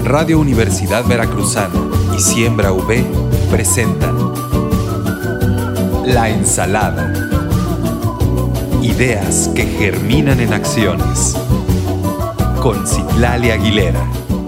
Radio Universidad Veracruzana y Siembra V presentan La Ensalada. Ideas que germinan en acciones. Con Citlali Aguilera.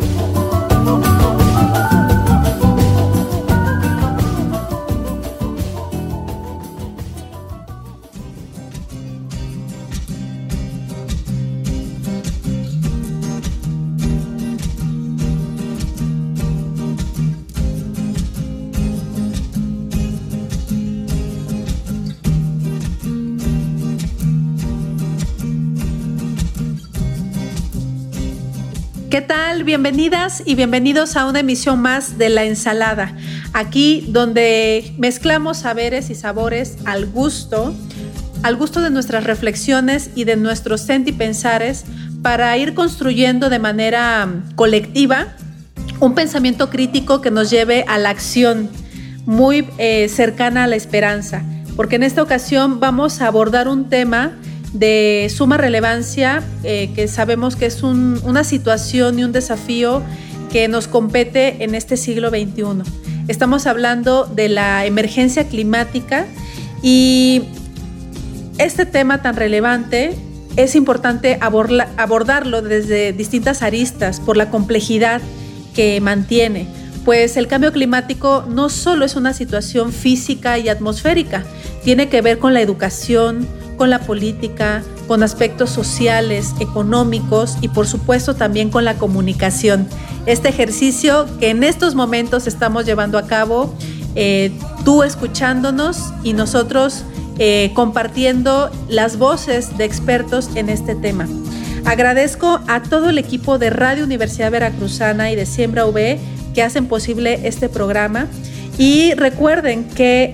¿Qué tal? Bienvenidas y bienvenidos a una emisión más de La Ensalada. Aquí donde mezclamos saberes y sabores al gusto de nuestras reflexiones y de nuestros sentipensares para ir construyendo de manera colectiva un pensamiento crítico que nos lleve a la acción muy cercana a la esperanza. Porque en esta ocasión vamos a abordar un tema de suma relevancia, que sabemos que es una situación y un desafío que nos compete en este siglo XXI. Estamos hablando de la emergencia climática y este tema tan relevante es importante abordarlo desde distintas aristas por la complejidad que mantiene, pues el cambio climático no solo es una situación física y atmosférica, tiene que ver con la educación, con la política, con aspectos sociales, económicos y por supuesto también con la comunicación. Este ejercicio que en estos momentos estamos llevando a cabo, tú escuchándonos y nosotros compartiendo las voces de expertos en este tema. Agradezco a todo el equipo de Radio Universidad Veracruzana y de Siembra V que hacen posible este programa y recuerden que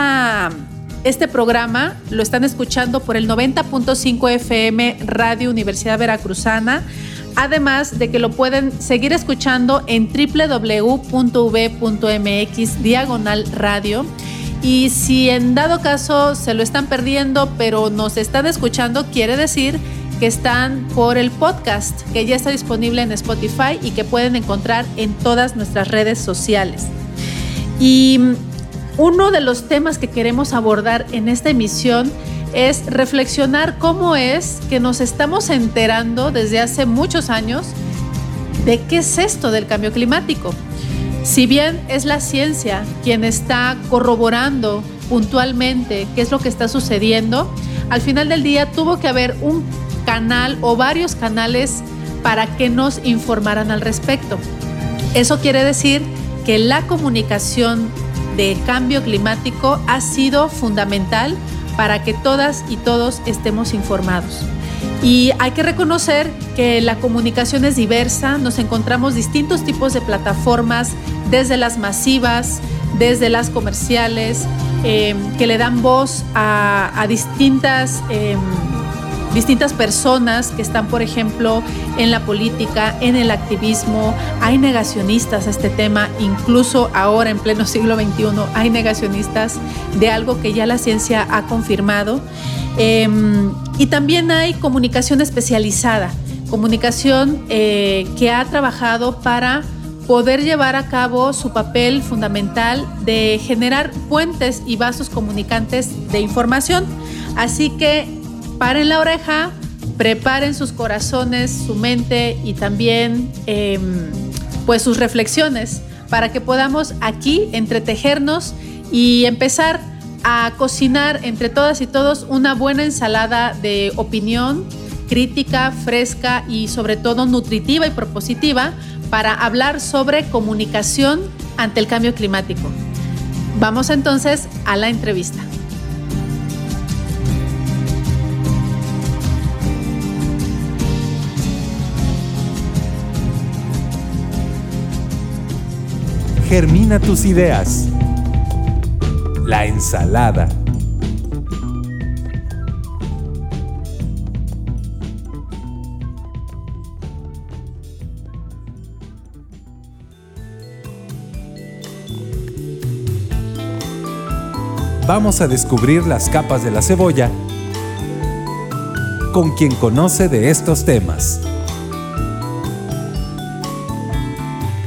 este programa lo están escuchando por el 90.5 FM Radio Universidad Veracruzana, además de que lo pueden seguir escuchando en www.v.mx/radio. Y si en dado caso se lo están perdiendo, pero nos están escuchando, quiere decir que están por el podcast, que ya está disponible en Spotify y que pueden encontrar en todas nuestras redes sociales. Y uno de los temas que queremos abordar en esta emisión es reflexionar cómo es que nos estamos enterando desde hace muchos años de qué es esto del cambio climático. Si bien es la ciencia quien está corroborando puntualmente qué es lo que está sucediendo, al final del día tuvo que haber un canal o varios canales para que nos informaran al respecto. Eso quiere decir que la comunicación de cambio climático ha sido fundamental para que todas y todos estemos informados. Y hay que reconocer que la comunicación es diversa, nos encontramos distintos tipos de plataformas, desde las masivas, desde las comerciales, que le dan voz a distintas personas que están, por ejemplo, en la política, en el activismo. Hay negacionistas a este tema, incluso ahora en pleno siglo XXI hay negacionistas de algo que ya la ciencia ha confirmado. Y también hay comunicación especializada, comunicación que ha trabajado para poder llevar a cabo su papel fundamental de generar puentes y vasos comunicantes de información. Así que paren la oreja, preparen sus corazones, su mente y también pues sus reflexiones para que podamos aquí entretejernos y empezar a cocinar entre todas y todos una buena ensalada de opinión crítica, fresca y sobre todo nutritiva y propositiva para hablar sobre comunicación ante el cambio climático. Vamos entonces a la entrevista. Germina tus ideas. La ensalada. Vamos a descubrir las capas de la cebolla con quien conoce de estos temas.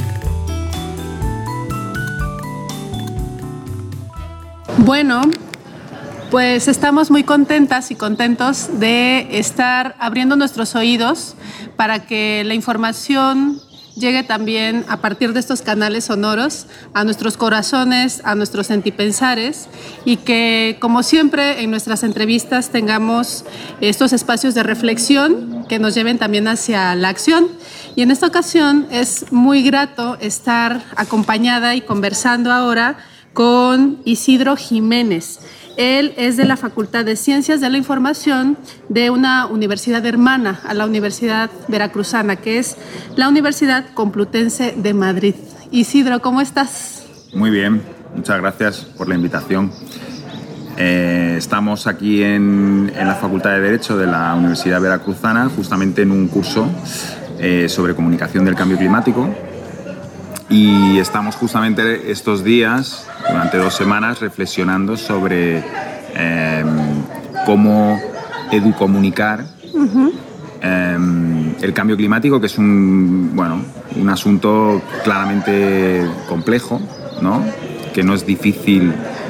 Bueno, pues estamos muy contentas y contentos de estar abriendo nuestros oídos para que la información llegue también a partir de estos canales sonoros a nuestros corazones, a nuestros sentipensares, y que, como siempre, en nuestras entrevistas tengamos estos espacios de reflexión que nos lleven también hacia la acción. Y en esta ocasión es muy grato estar acompañada y conversando ahora con Isidro Jiménez. Él es de la Facultad de Ciencias de la Información de una universidad hermana a la Universidad Veracruzana, que es la Universidad Complutense de Madrid. Isidro, ¿cómo estás? Muy bien, muchas gracias por la invitación. Estamos aquí en la Facultad de Derecho de la Universidad Veracruzana, justamente en un curso sobre comunicación del cambio climático. Y estamos justamente estos días, durante 2 semanas, reflexionando sobre cómo educomunicar el cambio climático, que es un asunto claramente complejo, ¿no? Que es difícil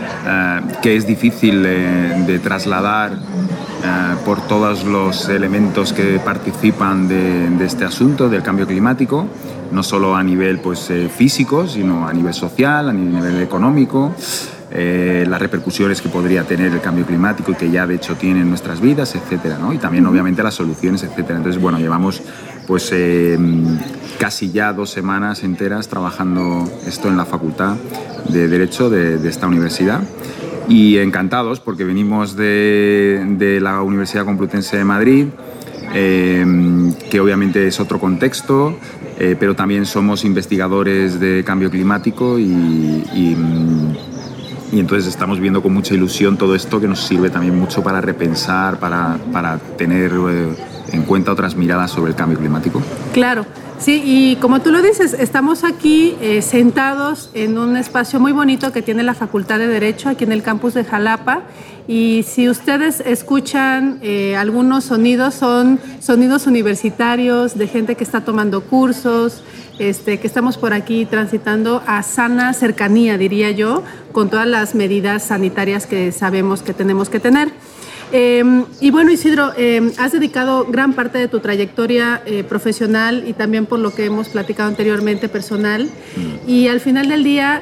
de trasladar por todos los elementos que participan de este asunto del cambio climático, no solo a nivel físico, sino a nivel social, a nivel económico, las repercusiones que podría tener el cambio climático y que ya de hecho tiene en nuestras vidas, etcétera, ¿no? Y también obviamente las soluciones, etcétera. Entonces, bueno, llevamos casi ya 2 semanas enteras trabajando esto en la Facultad de Derecho de esta universidad. Y encantados porque venimos de la Universidad Complutense de Madrid, que obviamente es otro contexto, pero también somos investigadores de cambio climático y entonces estamos viendo con mucha ilusión todo esto, que nos sirve también mucho para repensar, para tener en cuenta otras miradas sobre el cambio climático. Claro. Sí, y como tú lo dices, estamos aquí sentados en un espacio muy bonito que tiene la Facultad de Derecho aquí en el campus de Jalapa, y si ustedes escuchan algunos sonidos, son sonidos universitarios de gente que está tomando cursos, que estamos por aquí transitando a sana cercanía, diría yo, con todas las medidas sanitarias que sabemos que tenemos que tener. Y bueno, Isidro, has dedicado gran parte de tu trayectoria profesional y también, por lo que hemos platicado anteriormente, personal, y al final del día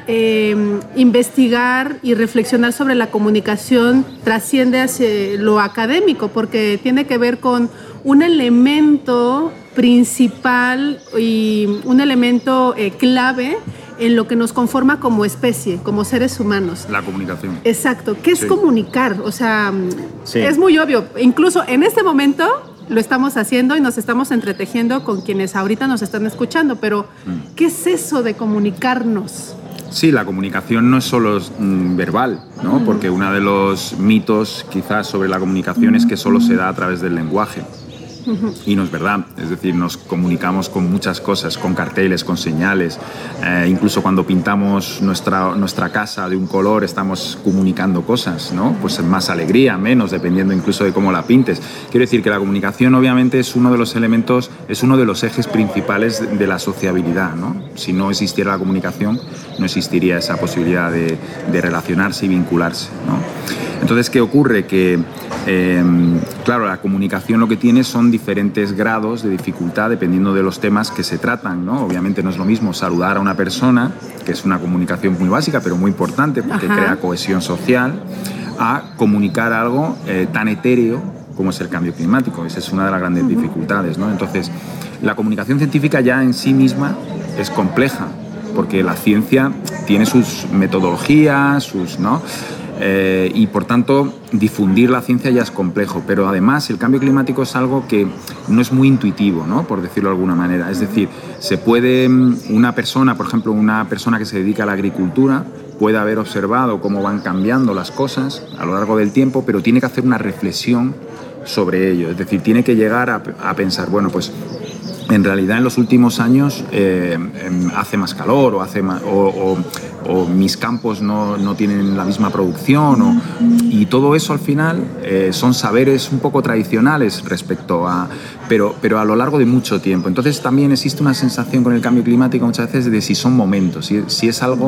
investigar y reflexionar sobre la comunicación trasciende hacia lo académico, porque tiene que ver con un elemento principal y un elemento clave en lo que nos conforma como especie, como seres humanos. La comunicación. Exacto. ¿Qué es comunicar? O sea, es muy obvio. Incluso en este momento lo estamos haciendo y nos estamos entretejiendo con quienes ahorita nos están escuchando, pero ¿qué es eso de comunicarnos? Sí, la comunicación no es solo verbal, ¿no? Porque uno de los mitos quizás sobre la comunicación es que solo se da a través del lenguaje. Y no es verdad, es decir, nos comunicamos con muchas cosas, con carteles, con señales, incluso cuando pintamos nuestra casa de un color estamos comunicando cosas, ¿no? Pues más alegría, menos, dependiendo incluso de cómo la pintes. Quiero decir que la comunicación obviamente es uno de los elementos, es uno de los ejes principales de la sociabilidad, ¿no? Si no existiera la comunicación, no existiría esa posibilidad de relacionarse y vincularse, ¿no? Entonces, ¿qué ocurre? Que, claro, la comunicación lo que tiene son diferentes grados de dificultad dependiendo de los temas que se tratan, ¿no? Obviamente no es lo mismo saludar a una persona, que es una comunicación muy básica, pero muy importante porque crea cohesión social, a comunicar algo tan etéreo como es el cambio climático. Esa es una de las grandes dificultades, ¿no? Entonces, la comunicación científica ya en sí misma es compleja, porque la ciencia tiene sus metodologías, ¿no? Y por tanto difundir la ciencia ya es complejo, pero además el cambio climático es algo que no es muy intuitivo, ¿no? Por decirlo de alguna manera. Es decir, se puede una persona, por ejemplo, una persona que se dedica a la agricultura puede haber observado cómo van cambiando las cosas a lo largo del tiempo, pero tiene que hacer una reflexión sobre ello. Es decir, tiene que llegar a pensar, bueno, pues en realidad en los últimos años hace más calor o mis campos no tienen la misma producción y todo eso al final son saberes un poco tradicionales respecto a... Pero a lo largo de mucho tiempo. Entonces también existe una sensación con el cambio climático muchas veces de si son momentos, si es algo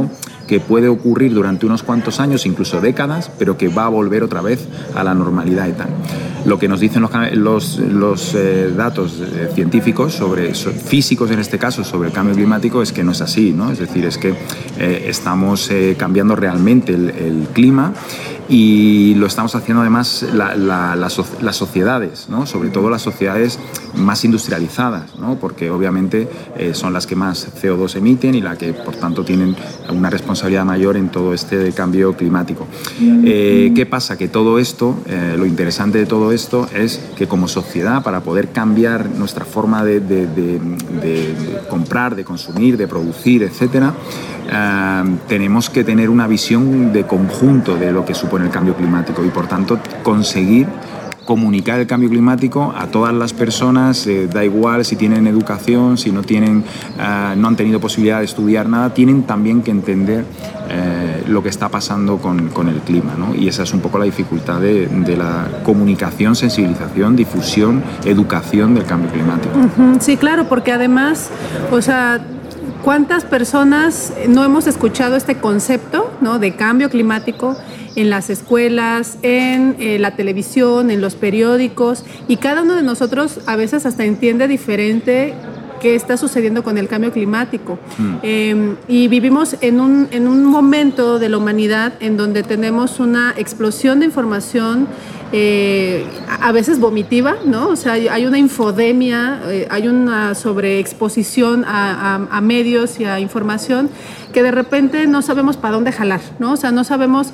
que puede ocurrir durante unos cuantos años, incluso décadas, pero que va a volver otra vez a la normalidad y tal. Lo que nos dicen los datos científicos, físicos en este caso, sobre el cambio climático es que no es así, ¿no? Es decir, es que estamos cambiando realmente el clima, y lo estamos haciendo además las sociedades, ¿no? Sobre todo las sociedades más industrializadas, ¿no? Porque obviamente son las que más CO2 emiten y las que por tanto tienen una responsabilidad mayor en todo este cambio climático. ¿Qué pasa? Que todo esto, lo interesante de todo esto es que como sociedad, para poder cambiar nuestra forma de comprar, de consumir, de producir, etcétera, tenemos que tener una visión de conjunto de lo que supone el cambio climático y por tanto conseguir comunicar el cambio climático a todas las personas, da igual si tienen educación, si no tienen, no han tenido posibilidad de estudiar nada, tienen también que entender lo que está pasando con el clima, ¿no? Y esa es un poco la dificultad de la comunicación, sensibilización, difusión, educación del cambio climático. Sí, claro, porque además, o sea, ¿cuántas personas no hemos escuchado este concepto, ¿no?, de cambio climático en las escuelas, en la televisión, en los periódicos? Y cada uno de nosotros a veces hasta entiende diferente qué está sucediendo con el cambio climático. Y vivimos en un momento de la humanidad en donde tenemos una explosión de información, a veces vomitiva, ¿no? O sea, hay una infodemia, hay una sobreexposición a medios y a información que de repente no sabemos para dónde jalar, ¿no? O sea, no sabemos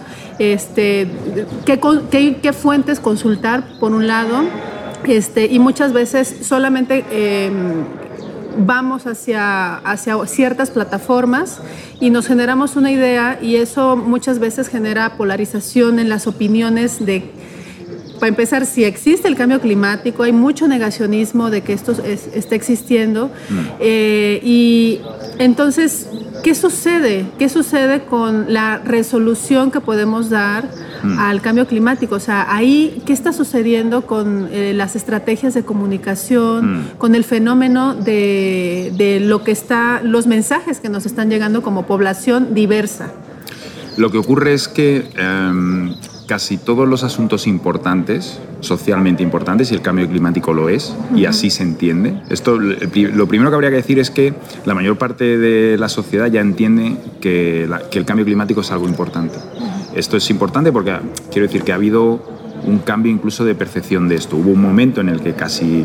qué fuentes consultar, por un lado, y muchas veces solamente vamos hacia ciertas plataformas y nos generamos una idea, y eso muchas veces genera polarización en las opiniones para empezar, si existe el cambio climático, hay mucho negacionismo de que esto esté existiendo. Y entonces, ¿qué sucede? ¿Qué sucede con la resolución que podemos dar al cambio climático? O sea, ahí, ¿qué está sucediendo con las estrategias de comunicación, con el fenómeno de lo que los mensajes que nos están llegando como población diversa? Lo que ocurre es que casi todos los asuntos importantes, socialmente importantes, y el cambio climático lo es, y así se entiende. Lo primero que habría que decir es que la mayor parte de la sociedad ya entiende que el cambio climático es algo importante. Esto es importante porque quiero decir que ha habido un cambio incluso de percepción de esto. Hubo un momento en el que casi,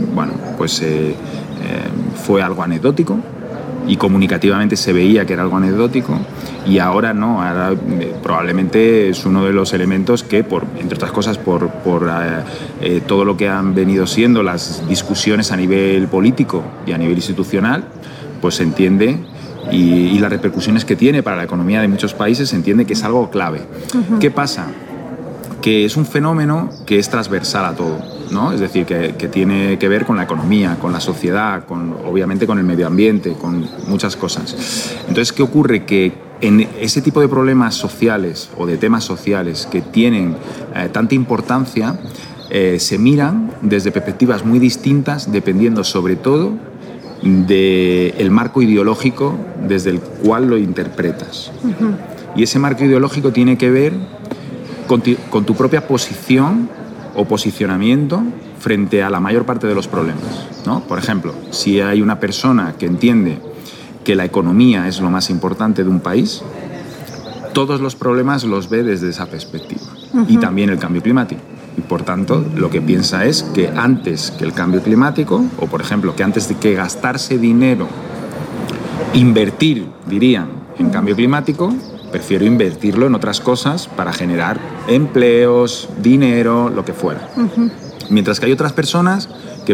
fue algo anecdótico, y comunicativamente se veía que era algo anecdótico, y ahora no, ahora probablemente es uno de los elementos que, entre otras cosas, por todo lo que han venido siendo las discusiones a nivel político y a nivel institucional, pues se entiende, y las repercusiones que tiene para la economía de muchos países, se entiende que es algo clave. ¿Qué pasa? Que es un fenómeno que es transversal a todo, ¿no? Es decir, que tiene que ver con la economía, con la sociedad, obviamente con el medio ambiente, con muchas cosas. Entonces, ¿qué ocurre? Que en ese tipo de problemas sociales o de temas sociales que tienen tanta importancia, se miran desde perspectivas muy distintas, dependiendo sobre todo del marco ideológico desde el cual lo interpretas. Y ese marco ideológico tiene que ver con tu propia posición o posicionamiento frente a la mayor parte de los problemas, ¿no? Por ejemplo, si hay una persona que entiende que la economía es lo más importante de un país, todos los problemas los ve desde esa perspectiva, y también el cambio climático. Y por tanto, lo que piensa es que antes que el cambio climático, o por ejemplo, que antes de que gastarse dinero, invertir, dirían, en cambio climático, prefiero invertirlo en otras cosas para generar empleos, dinero, lo que fuera. Mientras que hay otras personas que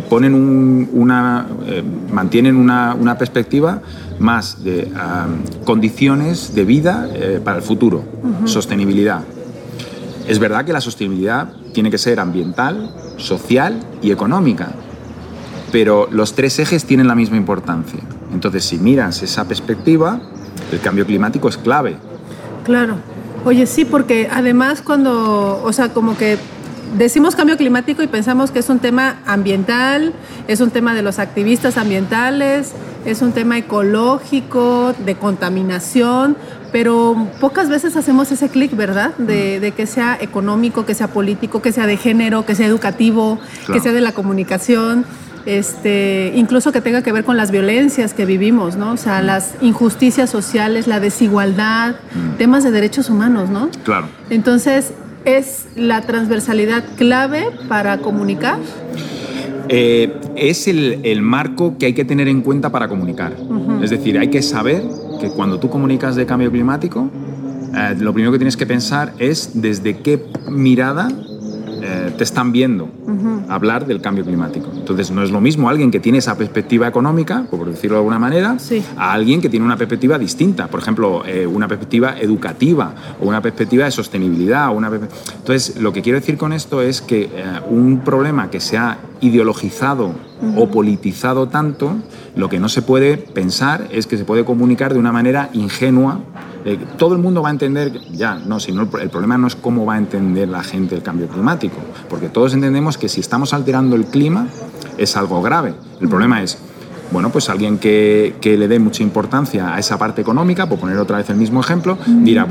mantienen una perspectiva más de condiciones de vida para el futuro, sostenibilidad. Es verdad que la sostenibilidad tiene que ser ambiental, social y económica, pero los tres ejes tienen la misma importancia. Entonces, si miras esa perspectiva, el cambio climático es clave. Claro. Oye, sí, porque además como que decimos cambio climático y pensamos que es un tema ambiental, es un tema de los activistas ambientales, es un tema ecológico, de contaminación, pero pocas veces hacemos ese clic, ¿verdad? De que sea económico, que sea político, que sea de género, que sea educativo, claro, que sea de la comunicación, incluso que tenga que ver con las violencias que vivimos, ¿no? O sea, las injusticias sociales, la desigualdad, temas de derechos humanos, ¿no? Claro. Entonces, ¿es la transversalidad clave para comunicar? Es el marco que hay que tener en cuenta para comunicar. Es decir, hay que saber que cuando tú comunicas de cambio climático, lo primero que tienes que pensar es desde qué mirada te están viendo hablar del cambio climático. Entonces, no es lo mismo alguien que tiene esa perspectiva económica, por decirlo de alguna manera, sí, a alguien que tiene una perspectiva distinta. Por ejemplo, una perspectiva educativa o una perspectiva de sostenibilidad. Entonces, lo que quiero decir con esto es que un problema que se ha ideologizado o politizado tanto, lo que no se puede pensar es que se puede comunicar de una manera ingenua. Todo el mundo va a entender, sino el problema no es cómo va a entender la gente el cambio climático, porque todos entendemos que si estamos alterando el clima es algo grave. El problema es, pues alguien que le dé mucha importancia a esa parte económica, por poner otra vez el mismo ejemplo, dirá,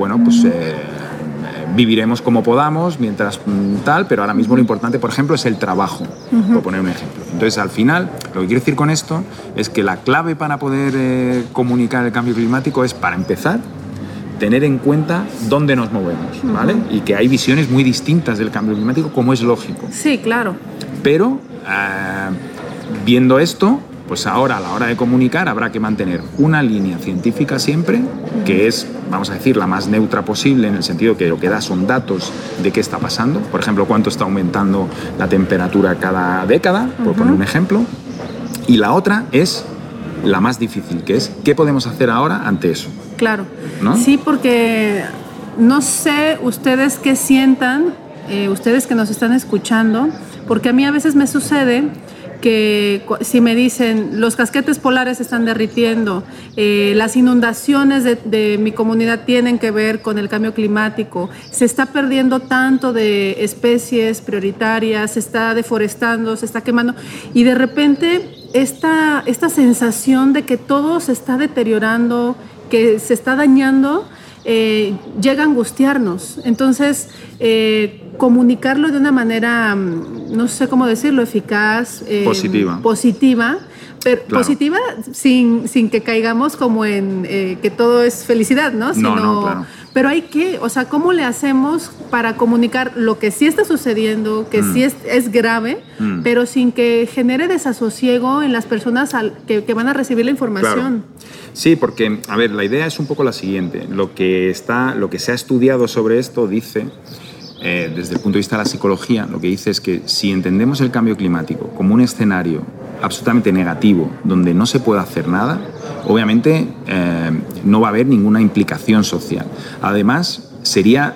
viviremos como podamos mientras tal, pero ahora mismo lo importante, por ejemplo, es el trabajo, por poner un ejemplo. Entonces, al final, lo que quiero decir con esto es que la clave para poder comunicar el cambio climático es, para empezar, tener en cuenta dónde nos movemos, ¿vale? Y que hay visiones muy distintas del cambio climático, como es lógico. Sí, claro. Pero, viendo esto, pues ahora a la hora de comunicar habrá que mantener una línea científica siempre, que es, vamos a decir, la más neutra posible, en el sentido que lo que da son datos de qué está pasando. Por ejemplo, cuánto está aumentando la temperatura cada década, por poner un ejemplo. Y la otra es la más difícil, que es qué podemos hacer ahora ante eso. Claro, ¿no? Sí, porque no sé ustedes qué sientan, ustedes que nos están escuchando, porque a mí a veces me sucede que si me dicen los casquetes polares se están derritiendo, las inundaciones de mi comunidad tienen que ver con el cambio climático, se está perdiendo tanto de especies prioritarias, se está deforestando, se está quemando, y de repente esta sensación de que todo se está deteriorando, que se está dañando, llega a angustiarnos. Entonces, comunicarlo de una manera, no sé cómo decirlo, eficaz, positiva, pero claro, positiva sin que caigamos como en que todo es felicidad, ¿no? Claro. Pero ¿cómo le hacemos para comunicar lo que sí está sucediendo, que sí es grave, pero sin que genere desasosiego en las personas que van a recibir la información? Claro. Sí, porque, a ver, la idea es un poco la siguiente. Lo que se ha estudiado sobre esto dice, desde el punto de vista de la psicología, lo que dice es que si entendemos el cambio climático como un escenario absolutamente negativo, donde no se puede hacer nada, obviamente no va a haber ninguna implicación social. Además, sería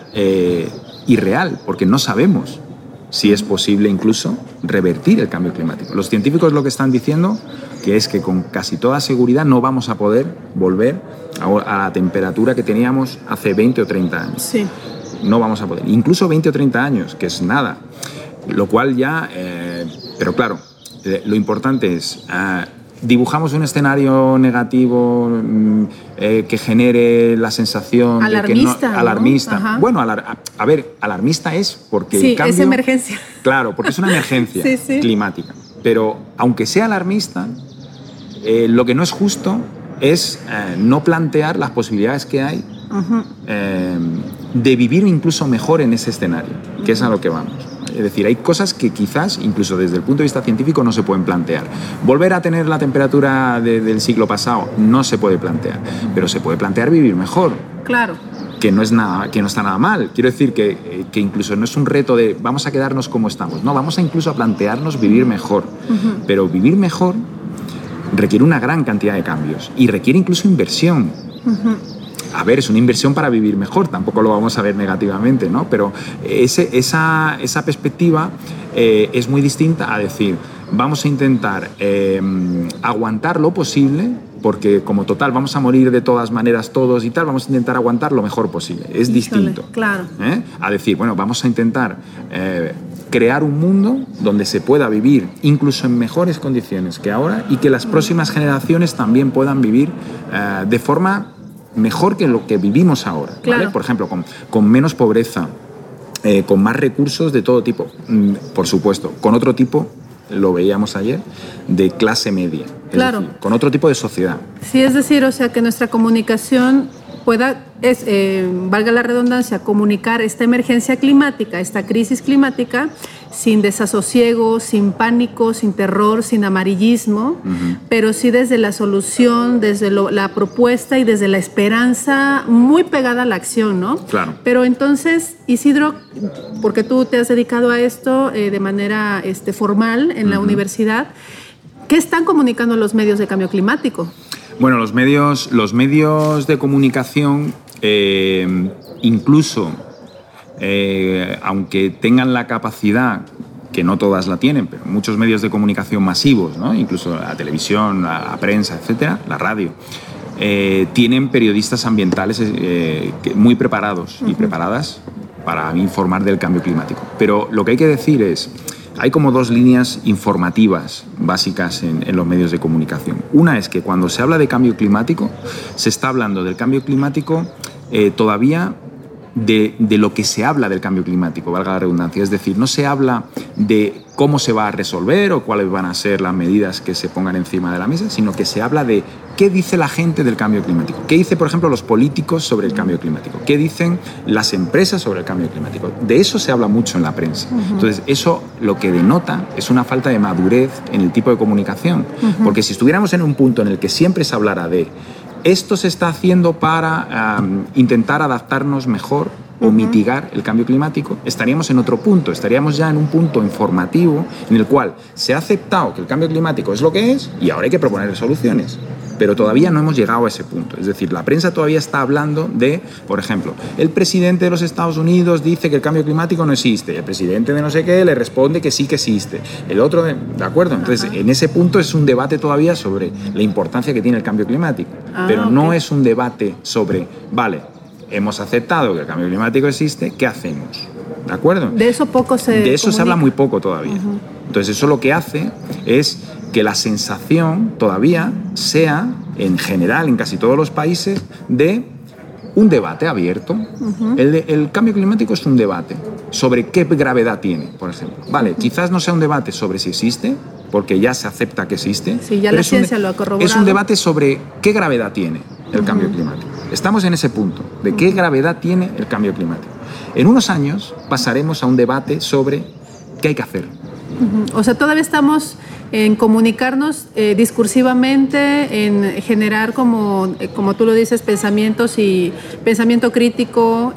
irreal, porque no sabemos si es posible incluso revertir el cambio climático. Los científicos lo que están diciendo que es que con casi toda seguridad no vamos a poder volver a la temperatura que teníamos hace 20 o 30 años. Sí. No vamos a poder. Incluso 20 o 30 años, que es nada. Lo cual ya... pero claro, lo importante es... dibujamos un escenario negativo que genere la sensación alarmista, de que no, alarmista. ¿No? Bueno, alarmista es porque sí, el cambio... es emergencia. Claro, porque es una emergencia climática. Pero aunque sea alarmista, lo que no es justo es no plantear las posibilidades que hay de vivir incluso mejor en ese escenario, que es a lo que vamos. Es decir, hay cosas que quizás, incluso desde el punto de vista científico, no se pueden plantear. Volver a tener la temperatura del siglo pasado no se puede plantear, pero se puede plantear vivir mejor. Claro. Que no está nada mal. Quiero decir que incluso no es un reto de vamos a quedarnos como estamos. No, vamos a incluso a plantearnos vivir mejor. Pero vivir mejor requiere una gran cantidad de cambios y requiere incluso inversión. A ver, es una inversión para vivir mejor, tampoco lo vamos a ver negativamente, ¿no? Pero esa perspectiva es muy distinta a decir, vamos a intentar aguantar lo posible, porque como total vamos a morir de todas maneras todos y tal, vamos a intentar aguantar lo mejor posible. Es distinto. Claro. A decir, bueno, vamos a intentar crear un mundo donde se pueda vivir incluso en mejores condiciones que ahora y que las próximas generaciones también puedan vivir de forma mejor que lo que vivimos ahora, ¿vale? Claro. Por ejemplo, con menos pobreza, con más recursos de todo tipo, por supuesto, con otro tipo, lo veíamos ayer, de clase media, Claro. decir, con otro tipo de sociedad. Sí, es decir, o sea, que nuestra comunicación pueda, valga la redundancia, comunicar esta emergencia climática, esta crisis climática, sin desasosiego, sin pánico, sin terror, sin amarillismo, pero sí desde la solución, desde la propuesta y desde la esperanza, muy pegada a la acción, ¿no? Claro. Pero entonces, Isidro, porque tú te has dedicado a esto de manera formal en la universidad, ¿qué están comunicando los medios de cambio climático? Bueno, los medios de comunicación, incluso aunque tengan la capacidad, que no todas la tienen, pero muchos medios de comunicación masivos, ¿no? Incluso la televisión, la prensa, etcétera, la radio, tienen periodistas ambientales muy preparados y preparadas para informar del cambio climático. Pero lo que hay que decir es, hay como dos líneas informativas básicas en los medios de comunicación. Una es que cuando se habla de cambio climático, se está hablando del cambio climático todavía de lo que se habla del cambio climático, valga la redundancia. Es decir, no se habla de cómo se va a resolver o cuáles van a ser las medidas que se pongan encima de la mesa, sino que se habla de qué dice la gente del cambio climático. ¿Qué dicen, por ejemplo, los políticos sobre el cambio climático? ¿Qué dicen las empresas sobre el cambio climático? De eso se habla mucho en la prensa. Entonces, eso lo que denota es una falta de madurez en el tipo de comunicación. Porque si estuviéramos en un punto en el que siempre se hablara de esto se está haciendo para intentar adaptarnos mejor o mitigar el cambio climático, estaríamos en otro punto, estaríamos ya en un punto informativo en el cual se ha aceptado que el cambio climático es lo que es y ahora hay que proponer soluciones. Pero todavía no hemos llegado a ese punto. Es decir, la prensa todavía está hablando de, por ejemplo, el presidente de los Estados Unidos dice que el cambio climático no existe, el presidente de no sé qué le responde que sí que existe, el otro, ¿de acuerdo? Entonces, en ese punto es un debate todavía sobre la importancia que tiene el cambio climático, pero no es un debate sobre, vale, hemos aceptado que el cambio climático existe, ¿qué hacemos? ¿De acuerdo? De eso poco se De eso comunica. se habla muy poco todavía. Entonces, eso lo que hace es que la sensación todavía sea, en general, en casi todos los países, de un debate abierto. El cambio climático es un debate sobre qué gravedad tiene, por ejemplo. Vale, quizás no sea un debate sobre si existe, porque ya se acepta que existe. Sí, ya la ciencia lo ha corroborado. Es un debate sobre qué gravedad tiene el cambio climático. Estamos en ese punto, de qué gravedad tiene el cambio climático. En unos años pasaremos a un debate sobre qué hay que hacer. O sea, todavía estamos en comunicarnos discursivamente, en generar, como tú lo dices, pensamientos y pensamiento crítico,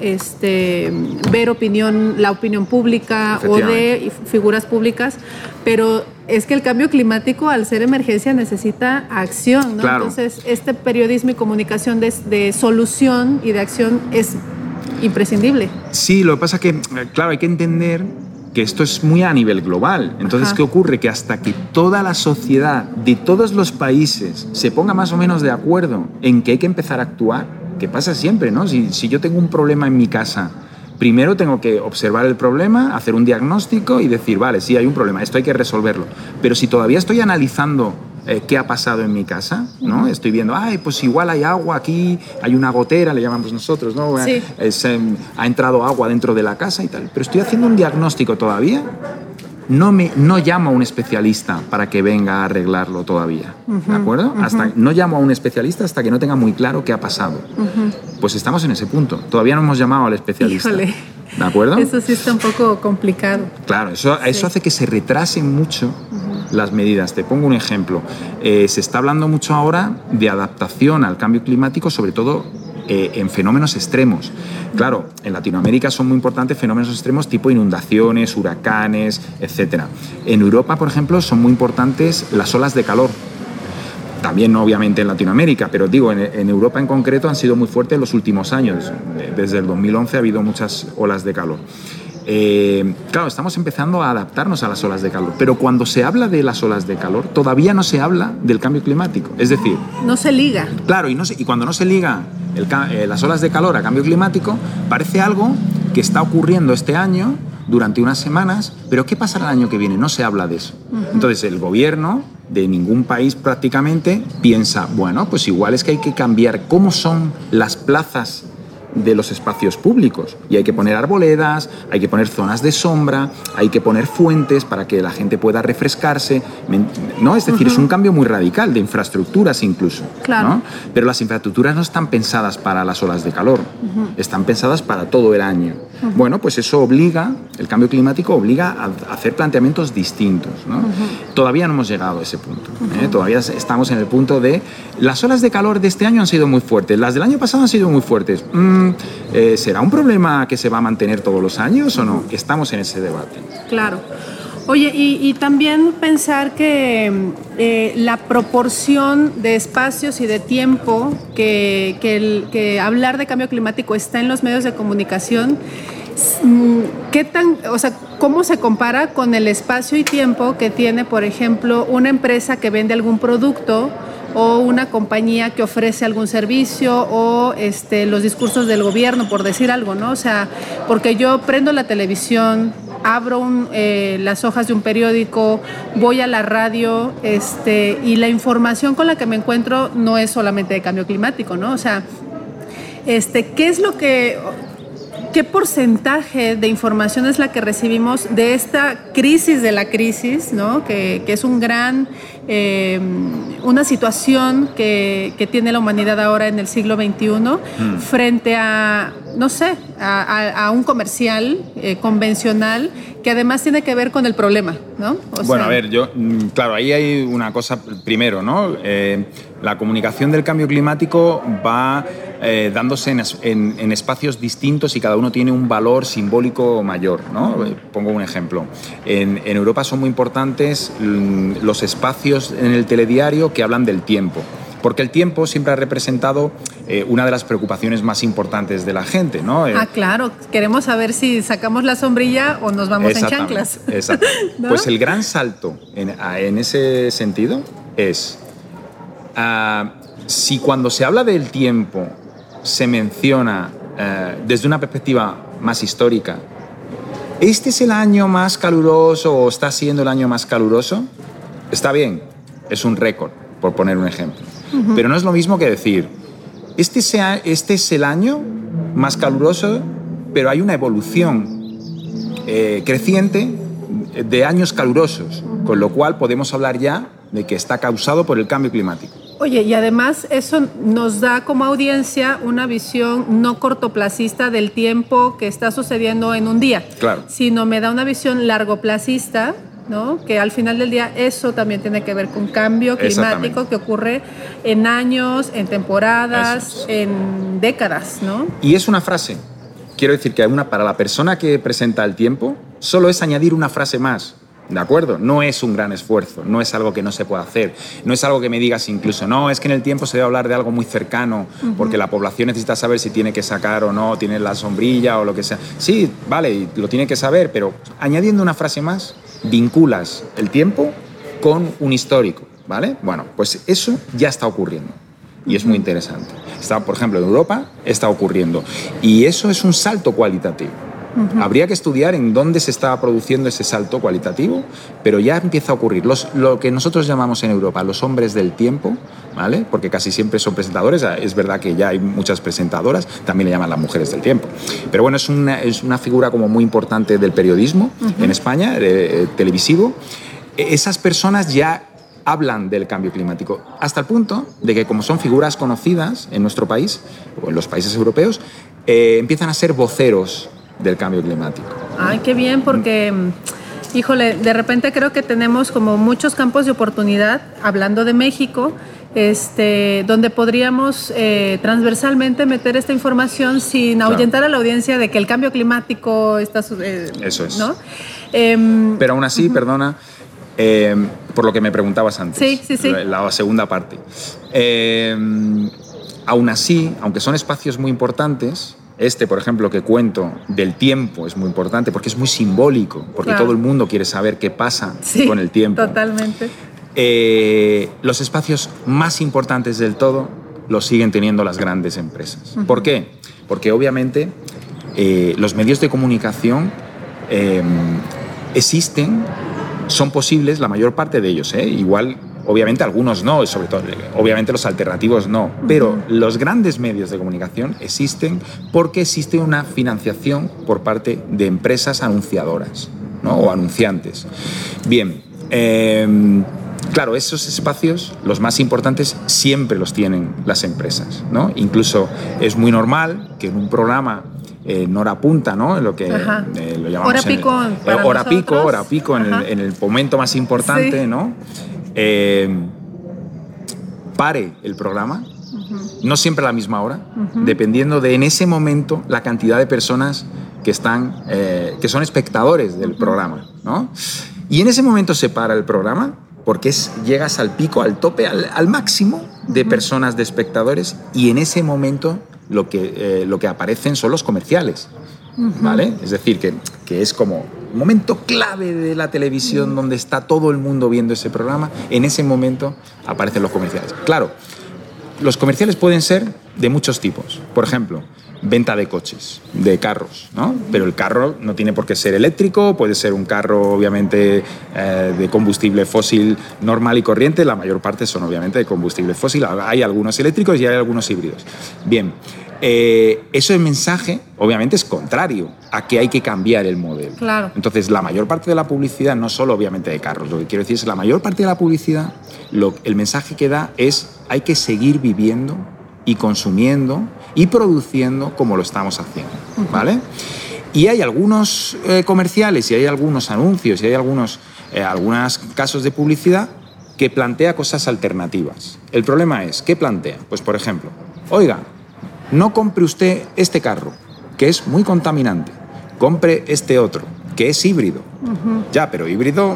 ver la opinión pública o de figuras públicas, pero es que el cambio climático, al ser emergencia, necesita acción, ¿no? Claro. Entonces, este periodismo y comunicación de solución y de acción es imprescindible. Sí, lo que pasa es que, claro, hay que entender que esto es muy a nivel global. Entonces, ¿qué ocurre? Que hasta que toda la sociedad de todos los países se ponga más o menos de acuerdo en que hay que empezar a actuar, que pasa siempre, ¿no? Si yo tengo un problema en mi casa, primero tengo que observar el problema, hacer un diagnóstico y decir, vale, sí hay un problema, esto hay que resolverlo. Pero si todavía estoy analizando qué ha pasado en mi casa, ¿no? Estoy viendo, pues igual hay agua aquí, hay una gotera, le llamamos nosotros, ¿no? Sí. Ha entrado agua dentro de la casa y tal. Pero estoy haciendo un diagnóstico todavía, no llamo a un especialista para que venga a arreglarlo todavía, ¿de acuerdo? No llamo a un especialista hasta que no tenga muy claro qué ha pasado. Pues estamos en ese punto, todavía no hemos llamado al especialista. Híjole. ¿De acuerdo? Eso sí está un poco complicado. Claro, eso hace que se retrasen mucho las medidas. Te pongo un ejemplo. Se está hablando mucho ahora de adaptación al cambio climático, sobre todo en fenómenos extremos. Claro, en Latinoamérica son muy importantes fenómenos extremos tipo inundaciones, huracanes, etc. En Europa, por ejemplo, son muy importantes las olas de calor. También, obviamente, en Latinoamérica, pero digo, en Europa en concreto han sido muy fuertes en los últimos años. Desde el 2011 ha habido muchas olas de calor. Claro, estamos empezando a adaptarnos a las olas de calor, pero cuando se habla de las olas de calor, todavía no se habla del cambio climático. Es decir, no se liga. Claro, y cuando no se liga las olas de calor a cambio climático, parece algo que está ocurriendo este año durante unas semanas, pero ¿qué pasará el año que viene? No se habla de eso. Entonces el gobierno de ningún país prácticamente piensa, bueno, pues igual es que hay que cambiar cómo son las plazas de los espacios públicos y hay que poner arboledas, hay que poner zonas de sombra, hay que poner fuentes para que la gente pueda refrescarse, ¿no? Es decir, es un cambio muy radical de infraestructuras incluso, claro, ¿no? Pero las infraestructuras no están pensadas para las olas de calor, están pensadas para todo el año. Bueno, pues eso obliga, el cambio climático obliga a hacer planteamientos distintos, ¿no? Todavía no hemos llegado a ese punto, todavía estamos en el punto de las olas de calor de este año han sido muy fuertes, las del año pasado han sido muy fuertes. ¿Será un problema que se va a mantener todos los años o no? Estamos en ese debate. Claro. Oye, y también pensar que la proporción de espacios y de tiempo que hablar de cambio climático está en los medios de comunicación, ¿cómo se compara con el espacio y tiempo que tiene, por ejemplo, una empresa que vende algún producto o una compañía que ofrece algún servicio o los discursos del gobierno, por decir algo, ¿no? O sea, porque yo prendo la televisión, abro las hojas de un periódico, voy a la radio, y la información con la que me encuentro no es solamente de cambio climático, ¿no? O sea, ¿qué porcentaje de información es la que recibimos de esta crisis de la crisis, ¿no? Que es una situación que tiene la humanidad ahora en el siglo XXI frente a, no sé, a un comercial convencional que además tiene que ver con el problema, ¿no? Bueno, a ver, claro, ahí hay una cosa primero, ¿no? La comunicación del cambio climático va dándose en espacios distintos y cada uno tiene un valor simbólico mayor, ¿no? Pongo un ejemplo. En Europa son muy importantes los espacios en el telediario que hablan del tiempo, porque el tiempo siempre ha representado una de las preocupaciones más importantes de la gente, ¿no? Claro, queremos saber si sacamos la sombrilla o nos vamos en chanclas. Exacto. ¿No? Pues el gran salto en ese sentido es si cuando se habla del tiempo se menciona desde una perspectiva más histórica, ¿este es el año más caluroso o está siendo el año más caluroso? Está bien, es un récord, por poner un ejemplo. Pero no es lo mismo que decir, este es el año más caluroso, pero hay una evolución creciente de años calurosos, con lo cual podemos hablar ya de que está causado por el cambio climático. Oye, y además eso nos da como audiencia una visión no cortoplacista del tiempo que está sucediendo en un día, claro, sino me da una visión largoplacista, ¿no? Que al final del día eso también tiene que ver con cambio climático que ocurre en años, en temporadas, en décadas, ¿no? Y es una frase. Quiero decir que para la persona que presenta el tiempo, solo es añadir una frase más. ¿De acuerdo? No es un gran esfuerzo, no es algo que no se pueda hacer, no es algo que me digas incluso, no, es que en el tiempo se debe hablar de algo muy cercano, porque la población necesita saber si tiene que sacar o no, tiene la sombrilla o lo que sea. Sí, vale, lo tiene que saber, pero añadiendo una frase más, vinculas el tiempo con un histórico, ¿vale? Bueno, pues eso ya está ocurriendo y es muy interesante. Por ejemplo, en Europa está ocurriendo y eso es un salto cualitativo. Habría que estudiar en dónde se está produciendo ese salto cualitativo, pero ya empieza a ocurrir. Lo que nosotros llamamos en Europa los hombres del tiempo, ¿vale? Porque casi siempre son presentadores. Es verdad que ya hay muchas presentadoras, también le llaman las mujeres del tiempo. Pero bueno, es una figura como muy importante del periodismo en España, televisivo. Esas personas ya hablan del cambio climático, hasta el punto de que como son figuras conocidas en nuestro país o en los países europeos, empiezan a ser voceros del cambio climático. Ay, qué bien, porque, híjole, de repente creo que tenemos como muchos campos de oportunidad, hablando de México, donde podríamos transversalmente meter esta información sin ahuyentar a la audiencia de que el cambio climático está... Eso es. ¿no? Pero aún así, perdona, por lo que me preguntabas antes, sí. La segunda parte. Aún así, aunque son espacios muy importantes, por ejemplo, que cuento del tiempo es muy importante porque es muy simbólico, porque todo el mundo quiere saber qué pasa con el tiempo. Totalmente. Los espacios más importantes del todo los siguen teniendo las grandes empresas. ¿Por qué? Porque obviamente los medios de comunicación existen, son posibles la mayor parte de ellos, igual. Obviamente algunos no, sobre todo, obviamente los alternativos no, pero los grandes medios de comunicación existen porque existe una financiación por parte de empresas anunciadoras, ¿no? O anunciantes. Bien, claro, esos espacios, los más importantes, siempre los tienen las empresas, ¿no? Incluso es muy normal que en un programa en hora punta, ¿no? En lo que lo llamamos hora pico en el momento más importante, sí, ¿no? Pare el programa, no siempre a la misma hora, dependiendo de en ese momento la cantidad de personas que están, que son espectadores del programa, ¿no? Y en ese momento se para el programa porque llegas al pico, al tope, al máximo de personas, de espectadores, y en ese momento lo que aparecen son los comerciales, ¿vale? Es decir, que es como un momento clave de la televisión donde está todo el mundo viendo ese programa. En ese momento aparecen los comerciales. Claro, los comerciales pueden ser de muchos tipos. Por ejemplo, venta de coches, de carros, ¿no? Pero el carro no tiene por qué ser eléctrico, puede ser un carro obviamente de combustible fósil normal y corriente. La mayor parte son obviamente de combustible fósil. Hay algunos eléctricos y hay algunos híbridos. Bien, eso el mensaje obviamente es contrario a que hay que cambiar el modelo. Claro. Entonces, la mayor parte de la publicidad, no solo obviamente de carros, lo que quiero decir es que la mayor parte de la publicidad, el mensaje que da es: hay que seguir viviendo y consumiendo y produciendo como lo estamos haciendo, ¿vale? Y hay algunos comerciales y hay algunos anuncios y hay algunos casos de publicidad que plantea cosas alternativas. El problema es, ¿qué plantea? Pues, por ejemplo, oiga, no compre usted este carro, que es muy contaminante. Compre este otro, que es híbrido. Ya, pero híbrido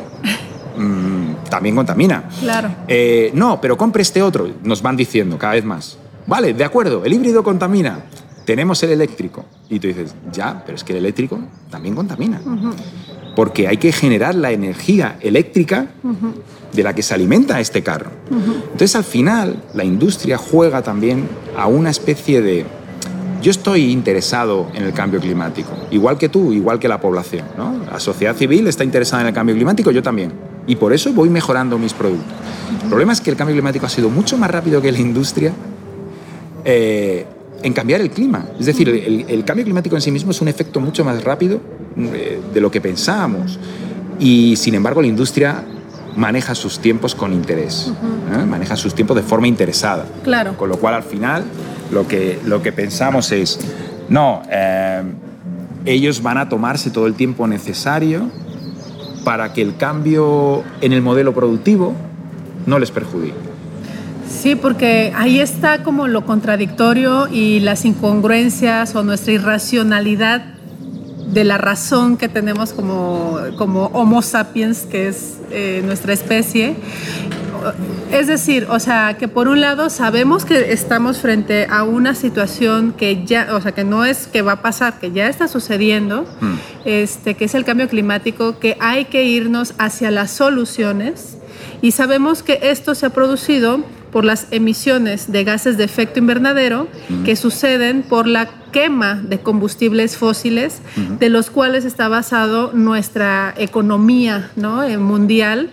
también contamina. Claro. No, pero compre este otro, nos van diciendo cada vez más. Vale, de acuerdo, el híbrido contamina. Tenemos el eléctrico. Y tú dices, ya, pero es que el eléctrico también contamina. Porque hay que generar la energía eléctrica de la que se alimenta este carro. Entonces, al final, la industria juega también a una especie de... Yo estoy interesado en el cambio climático, igual que tú, igual que la población, ¿no? La sociedad civil está interesada en el cambio climático, yo también. Y por eso voy mejorando mis productos. El problema es que el cambio climático ha sido mucho más rápido que la industria en cambiar el clima. Es decir, el cambio climático en sí mismo es un efecto mucho más rápido de lo que pensábamos. Y, sin embargo, la industria maneja sus tiempos con interés, maneja sus tiempos de forma interesada. Claro. Con lo cual, al final, lo que pensamos es, no, ellos van a tomarse todo el tiempo necesario para que el cambio en el modelo productivo no les perjudique. Sí, porque ahí está como lo contradictorio y las incongruencias o nuestra irracionalidad de la razón que tenemos como Homo sapiens, que es nuestra especie. Es decir, o sea, que por un lado sabemos que estamos frente a una situación que ya, o sea, que no es que va a pasar, que ya está sucediendo, que es el cambio climático, que hay que irnos hacia las soluciones, y sabemos que esto se ha producido por las emisiones de gases de efecto invernadero que suceden por la quema de combustibles fósiles, de los cuales está basado nuestra economía, ¿no? Mundial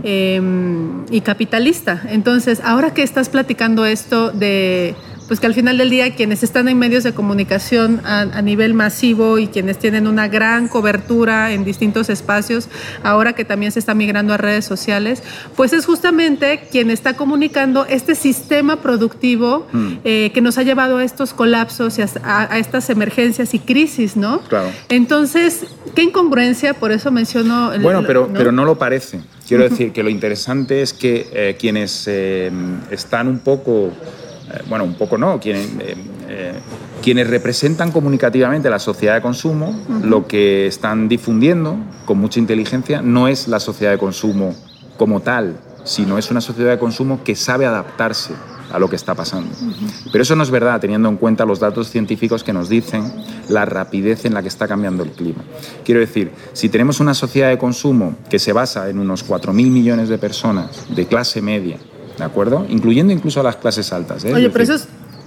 y capitalista. Entonces, ahora que estás platicando esto de... pues que al final del día quienes están en medios de comunicación a nivel masivo y quienes tienen una gran cobertura en distintos espacios, ahora que también se está migrando a redes sociales, pues es justamente quien está comunicando este sistema productivo que nos ha llevado a estos colapsos y a estas emergencias y crisis, ¿no? Claro. Entonces, qué incongruencia, por eso menciono... Bueno, pero no lo parece. Quiero decir que lo interesante es que quienes están un poco... bueno, un poco no, quienes representan comunicativamente la sociedad de consumo, lo que están difundiendo con mucha inteligencia no es la sociedad de consumo como tal, sino es una sociedad de consumo que sabe adaptarse a lo que está pasando. Pero eso no es verdad, teniendo en cuenta los datos científicos que nos dicen la rapidez en la que está cambiando el clima. Quiero decir, si tenemos una sociedad de consumo que se basa en unos 4.000 millones de personas de clase media, ¿de acuerdo? Incluyendo incluso a las clases altas. Oye, pero eso es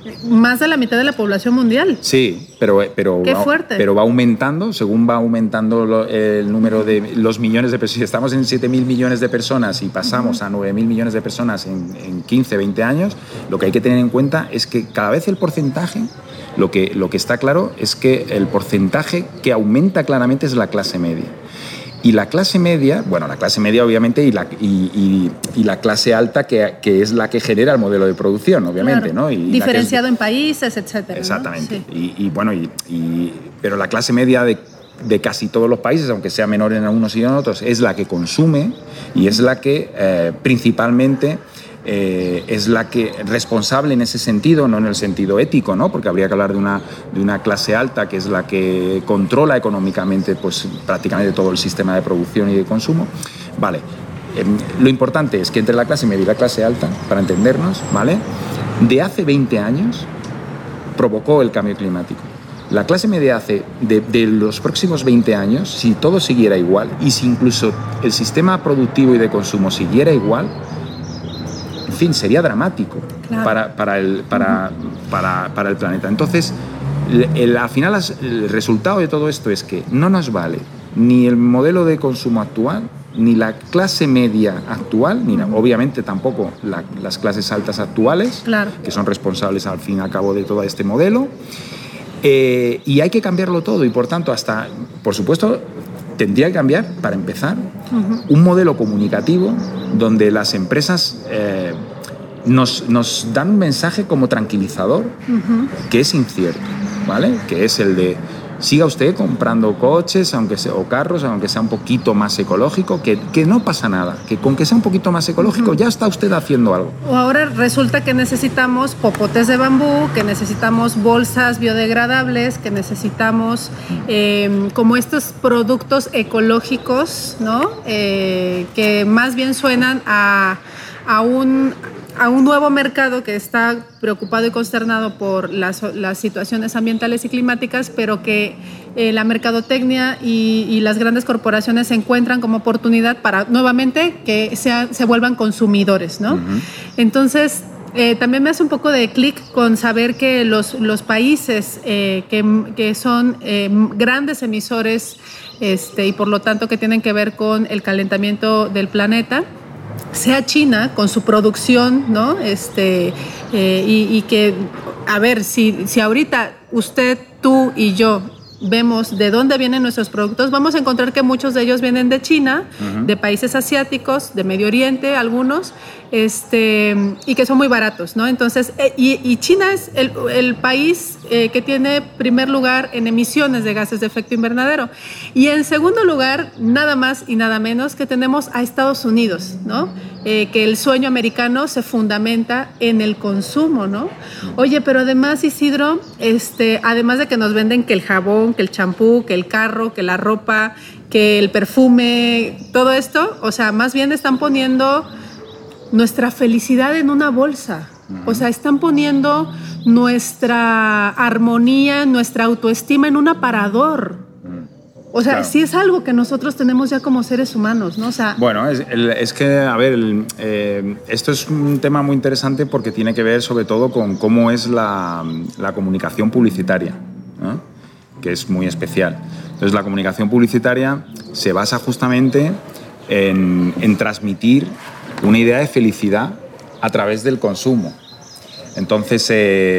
Más de la mitad de la población mundial. Sí, pero Qué fuerte. Pero va aumentando, según va aumentando el número de los millones de personas. Si estamos en 7.000 millones de personas y pasamos a 9.000 millones de personas en 15, 20 años, lo que hay que tener en cuenta es que cada vez el porcentaje, lo que está claro es que el porcentaje que aumenta claramente es la clase media. Y la clase media, bueno, la clase media obviamente y la clase alta que es la que genera el modelo de producción, obviamente, claro. ¿no? Y diferenciado en países, etcétera. Exactamente. ¿No? Sí. Pero la clase media de casi todos los países, aunque sea menor en unos y en otros, es la que consume y es la que principalmente es la que responsable en ese sentido, no en el sentido ético, ¿no? Porque habría que hablar de una clase alta que es la que controla económicamente pues, prácticamente todo el sistema de producción y de consumo. Vale. Lo importante es que entre la clase media y la clase alta, para entendernos, ¿vale? De hace 20 años provocó el cambio climático. La clase media de los próximos 20 años, si todo siguiera igual y si incluso el sistema productivo y de consumo siguiera igual, en fin, sería dramático, claro, para el planeta. Entonces, al final, el resultado de todo esto es que no nos vale ni el modelo de consumo actual, ni la clase media actual, ni obviamente tampoco las clases altas actuales, claro, que son responsables al fin y al cabo de todo este modelo. Y hay que cambiarlo todo y, por tanto, por supuesto, tendría que cambiar, para empezar, un modelo comunicativo donde las empresas nos dan un mensaje como tranquilizador, que es incierto, ¿vale? Que es el de siga usted comprando coches o carros, aunque sea un poquito más ecológico, que no pasa nada, que con que sea un poquito más ecológico ya está usted haciendo algo. O ahora resulta que necesitamos popotes de bambú, que necesitamos bolsas biodegradables, que necesitamos como estos productos ecológicos, ¿no? Que más bien suenan a un nuevo mercado que está preocupado y consternado por las situaciones ambientales y climáticas, pero que la mercadotecnia y las grandes corporaciones se encuentran como oportunidad para nuevamente que se vuelvan consumidores, ¿no? Entonces, también me hace un poco de clic con saber que los países que son grandes emisores y por lo tanto que tienen que ver con el calentamiento del planeta, sea China con su producción, ¿no? Y que, a ver, si ahorita usted, tú y yo vemos de dónde vienen nuestros productos, vamos a encontrar que muchos de ellos vienen de China, de países asiáticos, de Medio Oriente, algunos, y que son muy baratos, ¿no? Entonces, y China es el país que tiene primer lugar en emisiones de gases de efecto invernadero. Y en segundo lugar, nada más y nada menos que tenemos a Estados Unidos, ¿no? Que el sueño americano se fundamenta en el consumo, ¿no? Oye, pero además, Isidro, además de que nos venden que el jabón, que el champú, que el carro, que la ropa, que el perfume, todo esto, o sea, más bien están poniendo nuestra felicidad en una bolsa. O sea, están poniendo nuestra armonía, nuestra autoestima en un aparador. O sea, claro, sí es algo que nosotros tenemos ya como seres humanos, ¿no? O sea, bueno, es que, a ver, esto es un tema muy interesante porque tiene que ver sobre todo con cómo es la comunicación publicitaria, ¿no? Que es muy especial. Entonces, la comunicación publicitaria se basa justamente en transmitir una idea de felicidad a través del consumo. Entonces,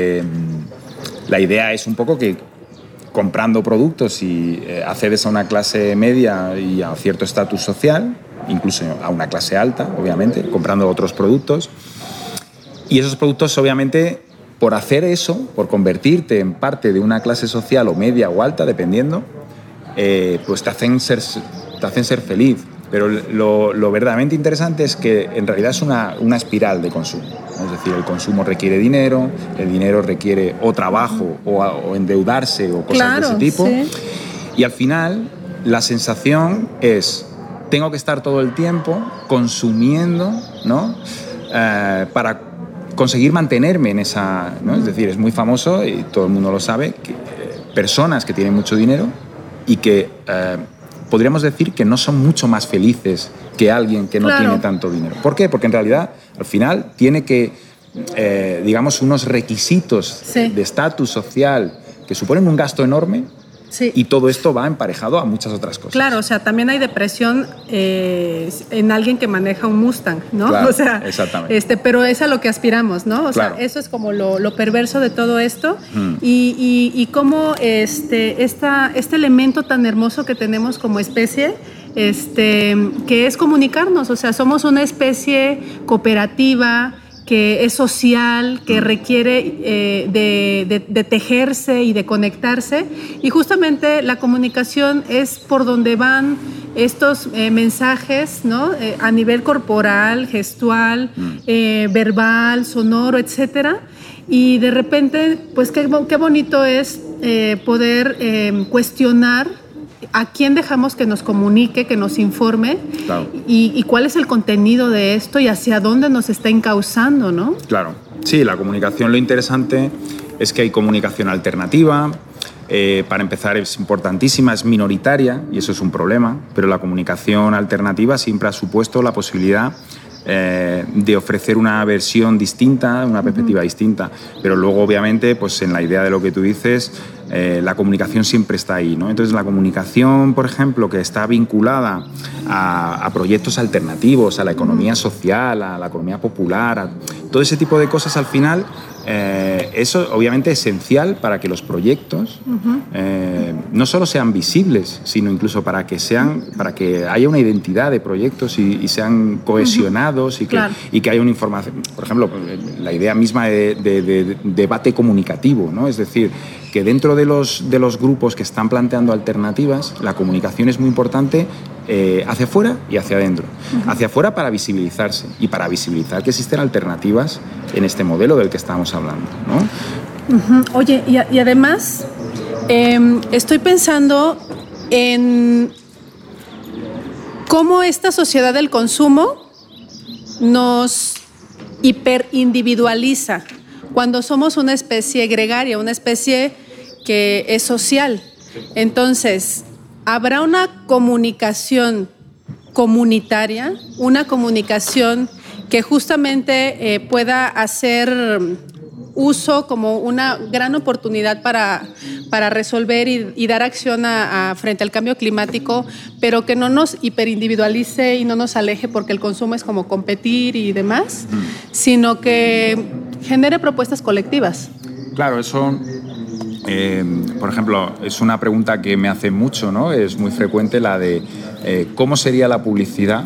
la idea es un poco que comprando productos y accedes a una clase media y a cierto estatus social, incluso a una clase alta, obviamente, comprando otros productos. Y esos productos, obviamente, por hacer eso, por convertirte en parte de una clase social o media o alta, dependiendo, pues te hacen ser feliz. Pero lo verdaderamente interesante es que en realidad es una espiral de consumo. Es decir, el consumo requiere dinero, el dinero requiere o trabajo o endeudarse o cosas, claro, de ese tipo. Sí. Y al final la sensación es, tengo que estar todo el tiempo consumiendo, ¿no? Para conseguir mantenerme en esa, ¿no? Es decir, es muy famoso y todo el mundo lo sabe, que personas que tienen mucho dinero y que podríamos decir que no son mucho más felices que alguien que no, claro, tiene tanto dinero. ¿Por qué? Porque en realidad al final tiene que digamos, unos requisitos de estatus social que suponen un gasto enorme. Sí. Y todo esto va emparejado a muchas otras cosas. Claro, o sea, también hay depresión en alguien que maneja un Mustang, ¿no? Claro, o sea, exactamente. Pero es a lo que aspiramos, ¿no? O sea, eso es como lo perverso de todo esto. Y cómo este elemento tan hermoso que tenemos como especie, que es comunicarnos. O sea, somos una especie cooperativa, que es social, que requiere de tejerse y de conectarse. Y justamente la comunicación es por donde van estos mensajes, ¿no? A nivel corporal, gestual, verbal, sonoro, etcétera. Y de repente, pues qué bonito es poder cuestionar a quién dejamos que nos comunique, que nos informe, claro. y cuál es el contenido de esto y hacia dónde nos está encauzando, ¿no? Claro. Sí, la comunicación, lo interesante es que hay comunicación alternativa. Para empezar, es importantísima, es minoritaria y eso es un problema, pero la comunicación alternativa siempre ha supuesto la posibilidad de ofrecer una versión distinta, una perspectiva distinta, pero luego obviamente pues en la idea de lo que tú dices, la comunicación siempre está ahí, ¿no? Entonces la comunicación, por ejemplo, que está vinculada a proyectos alternativos, a la economía social, a la economía popular, a todo ese tipo de cosas, al final eso obviamente es esencial para que los proyectos no solo sean visibles, sino incluso para que haya una identidad de proyectos y sean cohesionados y que haya una información. Por ejemplo, la idea misma de debate comunicativo, ¿no? Es decir, que dentro de los grupos que están planteando alternativas, la comunicación es muy importante hacia afuera y hacia adentro. Hacia afuera para visibilizarse y para visibilizar que existen alternativas en este modelo del que estamos hablando, ¿no? Oye, y además estoy pensando en cómo esta sociedad del consumo nos hiperindividualiza cuando somos una especie gregaria, una especie que es social. Entonces, ¿habrá una comunicación comunitaria, una comunicación que justamente pueda hacer uso como una gran oportunidad para resolver y dar acción frente al cambio climático, pero que no nos hiperindividualice y no nos aleje porque el consumo es como competir y demás, sino que genere propuestas colectivas? Claro, eso, por ejemplo, es una pregunta que me hace mucho, ¿no? Es muy frecuente la de ¿cómo sería la publicidad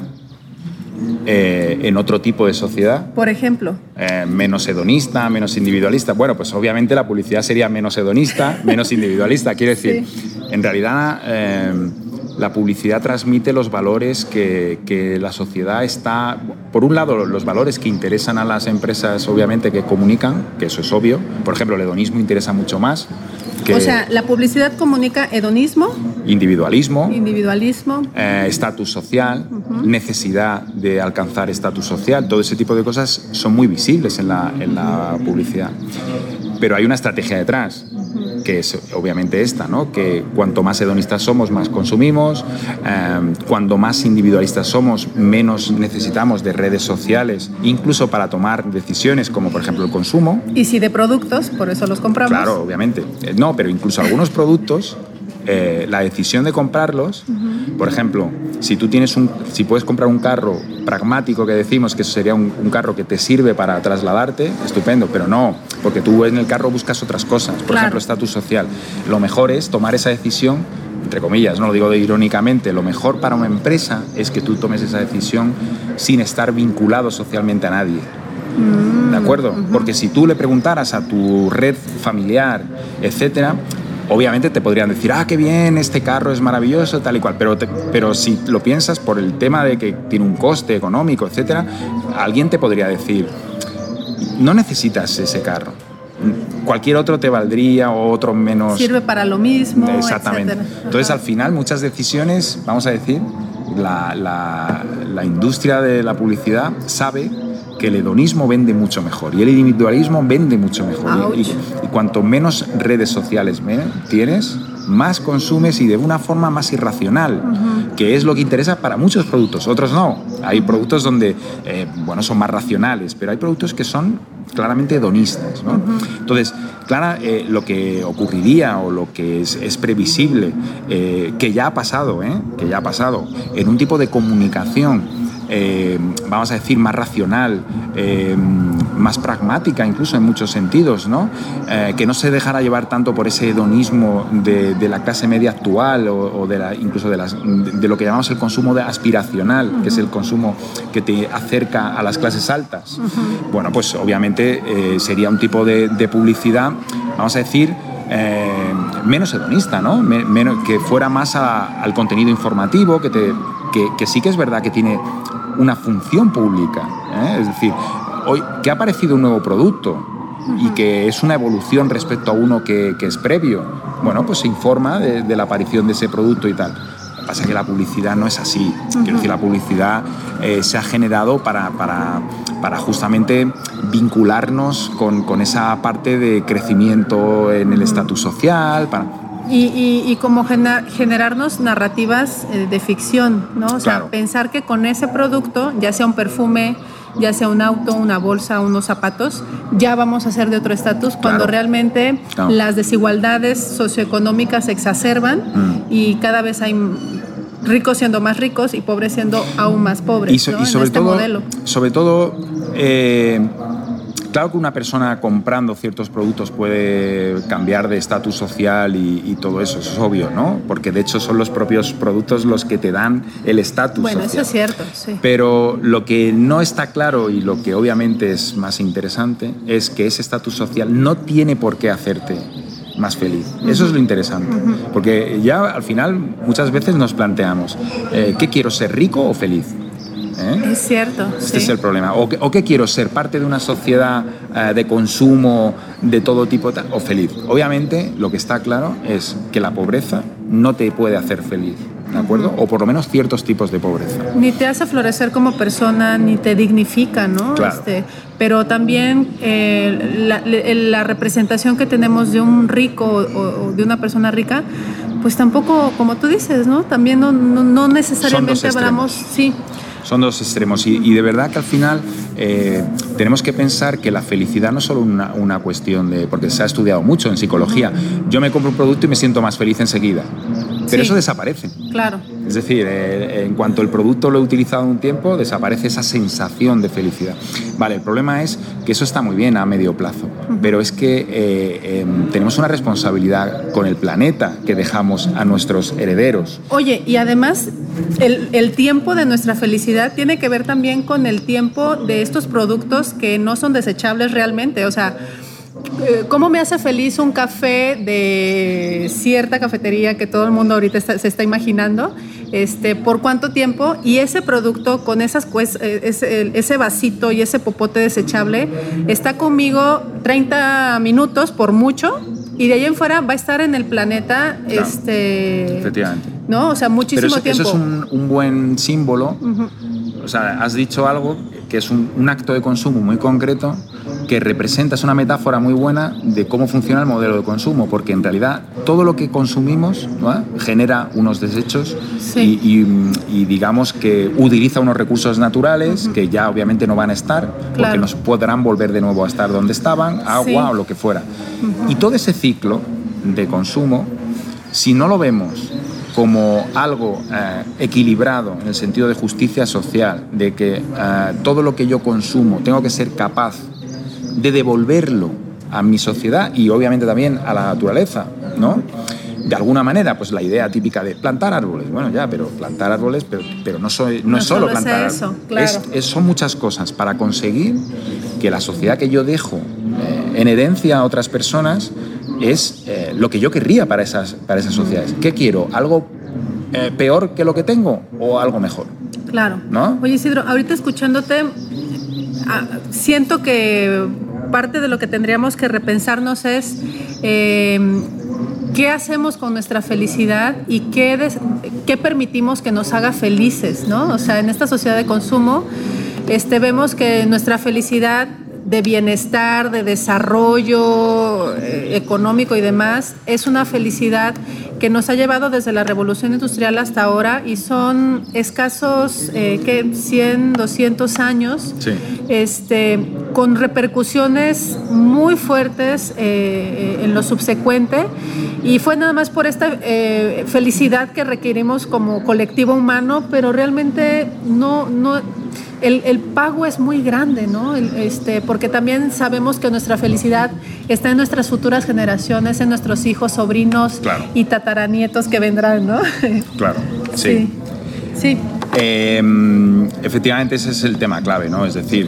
en otro tipo de sociedad? Por ejemplo. Menos hedonista, menos individualista. Bueno, pues obviamente la publicidad sería menos hedonista, menos individualista. Quiero decir, en realidad la publicidad transmite los valores que la sociedad está... Por un lado, los valores que interesan a las empresas, obviamente, que comunican, que eso es obvio. Por ejemplo, el hedonismo interesa mucho más. O sea, la publicidad comunica hedonismo, individualismo, estatus social, necesidad de alcanzar estatus social. Todo ese tipo de cosas son muy visibles en la publicidad. Pero hay una estrategia detrás, que es obviamente esta, ¿no? Que cuanto más hedonistas somos, más consumimos. Cuando más individualistas somos, menos necesitamos de redes sociales, incluso para tomar decisiones como por ejemplo el consumo. Y si de productos, por eso los compramos. Claro, obviamente. No, pero incluso algunos productos, la decisión de comprarlos, por ejemplo, si puedes comprar un carro pragmático, que decimos que eso sería un carro que te sirve para trasladarte, estupendo, pero no, porque tú en el carro buscas otras cosas, por ejemplo, estatus social. Lo mejor es tomar esa decisión, entre comillas, no lo digo irónicamente, lo mejor para una empresa es que tú tomes esa decisión sin estar vinculado socialmente a nadie. ¿De acuerdo? Porque si tú le preguntaras a tu red familiar, etcétera, obviamente te podrían decir, qué bien, este carro es maravilloso, tal y cual, pero si lo piensas por el tema de que tiene un coste económico, etcétera, alguien te podría decir, no necesitas ese carro, cualquier otro te valdría o otro menos... Sirve para lo mismo, exactamente. Etcétera. Entonces, al final, muchas decisiones, vamos a decir, la industria de la publicidad sabe que el hedonismo vende mucho mejor y el individualismo vende mucho mejor. Y cuanto menos redes sociales tienes, más consumes y de una forma más irracional, que es lo que interesa para muchos productos, otros no. Hay productos donde, son más racionales, pero hay productos que son claramente hedonistas, ¿no? Entonces, lo que ocurriría o lo que es previsible, que ya ha pasado en un tipo de comunicación, vamos a decir, más racional, más pragmática incluso en muchos sentidos, ¿no? Que no se dejara llevar tanto por ese hedonismo de la clase media actual o incluso de lo que llamamos el consumo aspiracional, que es el consumo que te acerca a las clases altas. Bueno, pues obviamente sería un tipo de publicidad, vamos a decir, menos hedonista, ¿no? Que fuera más al contenido informativo, que sí que es verdad que tiene una función pública, ¿eh? Es decir, hoy que ha aparecido un nuevo producto y que es una evolución respecto a uno que es previo, bueno, pues se informa de la aparición de ese producto y tal. Lo que pasa es que la publicidad no es así. Quiero decir, la publicidad se ha generado para justamente vincularnos con esa parte de crecimiento en el estatus social, Y como generarnos narrativas de ficción, ¿no? O sea, pensar que con ese producto, ya sea un perfume, ya sea un auto, una bolsa, unos zapatos, ya vamos a ser de otro estatus, cuando realmente las desigualdades socioeconómicas se exacerban y cada vez hay ricos siendo más ricos y pobres siendo aún más pobres, ¿no? Sobre todo, claro que una persona comprando ciertos productos puede cambiar de estatus social y todo eso es obvio, ¿no? Porque de hecho son los propios productos los que te dan el estatus social. Eso es cierto, sí. Pero lo que no está claro y lo que obviamente es más interesante es que ese estatus social no tiene por qué hacerte más feliz. Eso es lo interesante. Porque ya al final muchas veces nos planteamos, ¿qué quiero, ser rico o feliz? Es cierto. Este es el problema. ¿O qué quiero, ser parte de una sociedad de consumo de todo tipo o feliz? Obviamente, lo que está claro es que la pobreza no te puede hacer feliz, ¿de acuerdo? O por lo menos ciertos tipos de pobreza. Ni te hace florecer como persona, ni te dignifica, ¿no? Claro. Pero también la representación que tenemos de un rico o de una persona rica, pues tampoco, como tú dices, ¿no? También no necesariamente hablamos... Sí. Son dos extremos y de verdad que al final tenemos que pensar que la felicidad no es solo una cuestión de... Porque se ha estudiado mucho en psicología. Yo me compro un producto y me siento más feliz enseguida. Pero eso desaparece. Claro. Es decir, en cuanto el producto lo he utilizado un tiempo, desaparece esa sensación de felicidad. Vale, el problema es que eso está muy bien a medio plazo, pero es que tenemos una responsabilidad con el planeta que dejamos a nuestros herederos. Oye, y además el tiempo de nuestra felicidad tiene que ver también con el tiempo de estos productos que no son desechables realmente. O sea, ¿cómo me hace feliz un café de cierta cafetería que todo el mundo ahorita se está imaginando? ¿Por cuánto tiempo? Y ese producto con ese vasito y ese popote desechable está conmigo 30 minutos por mucho, y de ahí en fuera va a estar en el planeta, claro, efectivamente, ¿no? O sea, muchísimo tiempo. Eso es un buen símbolo. O sea, has dicho algo que es un acto de consumo muy concreto que representa, es una metáfora muy buena de cómo funciona el modelo de consumo, porque en realidad todo lo que consumimos, ¿no?, genera unos desechos y digamos que utiliza unos recursos naturales que ya obviamente no van a estar, porque nos podrán volver de nuevo a estar donde estaban, agua o lo que fuera. Y todo ese ciclo de consumo, si no lo vemos como algo equilibrado en el sentido de justicia social, de que todo lo que yo consumo tengo que ser capaz de devolverlo a mi sociedad y obviamente también a la naturaleza, ¿no? De alguna manera, pues la idea típica de plantar árboles, bueno, ya, pero plantar árboles, pero no es solo plantar árboles, claro. Son muchas cosas para conseguir que la sociedad que yo dejo en herencia a otras personas es lo que yo querría para esas sociedades. ¿Qué quiero? ¿Algo peor que lo que tengo o algo mejor? Claro. ¿No? Oye, Isidro, ahorita escuchándote, siento que parte de lo que tendríamos que repensarnos es qué hacemos con nuestra felicidad y qué permitimos que nos haga felices, ¿no? O sea, en esta sociedad de consumo vemos que nuestra felicidad de bienestar, de desarrollo económico y demás, es una felicidad que nos ha llevado desde la Revolución Industrial hasta ahora, y son escasos 100, 200 años, Sí. Con repercusiones muy fuertes en lo subsecuente, y fue nada más por esta felicidad que requerimos como colectivo humano, pero realmente no el pago es muy grande, ¿no? Porque también sabemos que nuestra felicidad está en nuestras futuras generaciones, en nuestros hijos, sobrinos, Claro. y tataranietos que vendrán, ¿no? Claro, sí. Sí. Efectivamente, ese es el tema clave, ¿no? Es decir,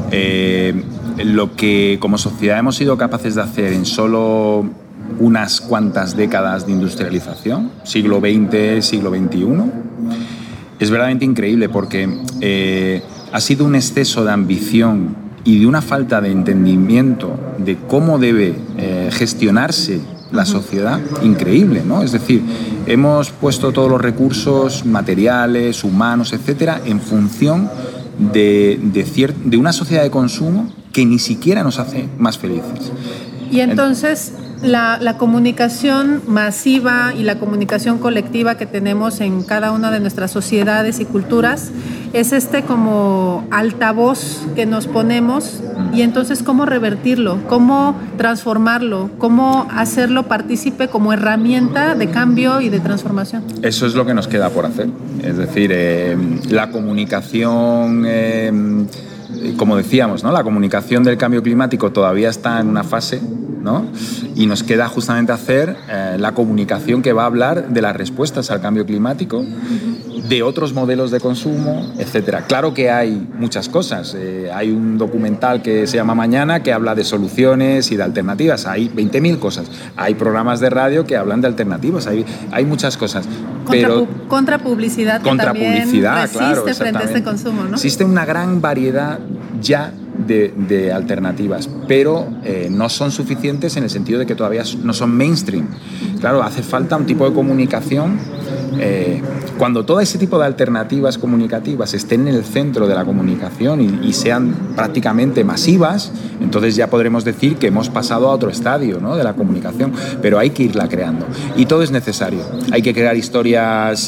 lo que como sociedad hemos sido capaces de hacer en solo unas cuantas décadas de industrialización, siglo XX, siglo XXI, es verdaderamente increíble, porque ha sido un exceso de ambición y de una falta de entendimiento de cómo debe gestionarse la sociedad increíble, ¿no? Es decir, hemos puesto todos los recursos materiales, humanos, etcétera, en función de una sociedad de consumo que ni siquiera nos hace más felices. Y entonces la comunicación masiva y la comunicación colectiva que tenemos en cada una de nuestras sociedades y culturas es como altavoz que nos ponemos, y entonces cómo revertirlo, cómo transformarlo, cómo hacerlo partícipe como herramienta de cambio y de transformación. Eso es lo que nos queda por hacer. Es decir, la comunicación, como decíamos, ¿no? La comunicación del cambio climático todavía está en una fase, ¿no? Y nos queda justamente hacer la comunicación que va a hablar de las respuestas al cambio climático, de otros modelos de consumo, etcétera. Claro que hay muchas cosas. Hay un documental que se llama Mañana, que habla de soluciones y de alternativas. Hay 20.000 cosas. Hay programas de radio que hablan de alternativas. Hay muchas cosas. Contrapublicidad que también resiste, claro, frente a este consumo, ¿no? Existe una gran variedad ya de alternativas, pero no son suficientes en el sentido de que todavía no son mainstream. Claro, hace falta un tipo de comunicación. Cuando todo ese tipo de alternativas comunicativas estén en el centro de la comunicación y sean prácticamente masivas, entonces ya podremos decir que hemos pasado a otro estadio, ¿no? De la comunicación, pero hay que irla creando. Y todo es necesario. Hay que crear historias,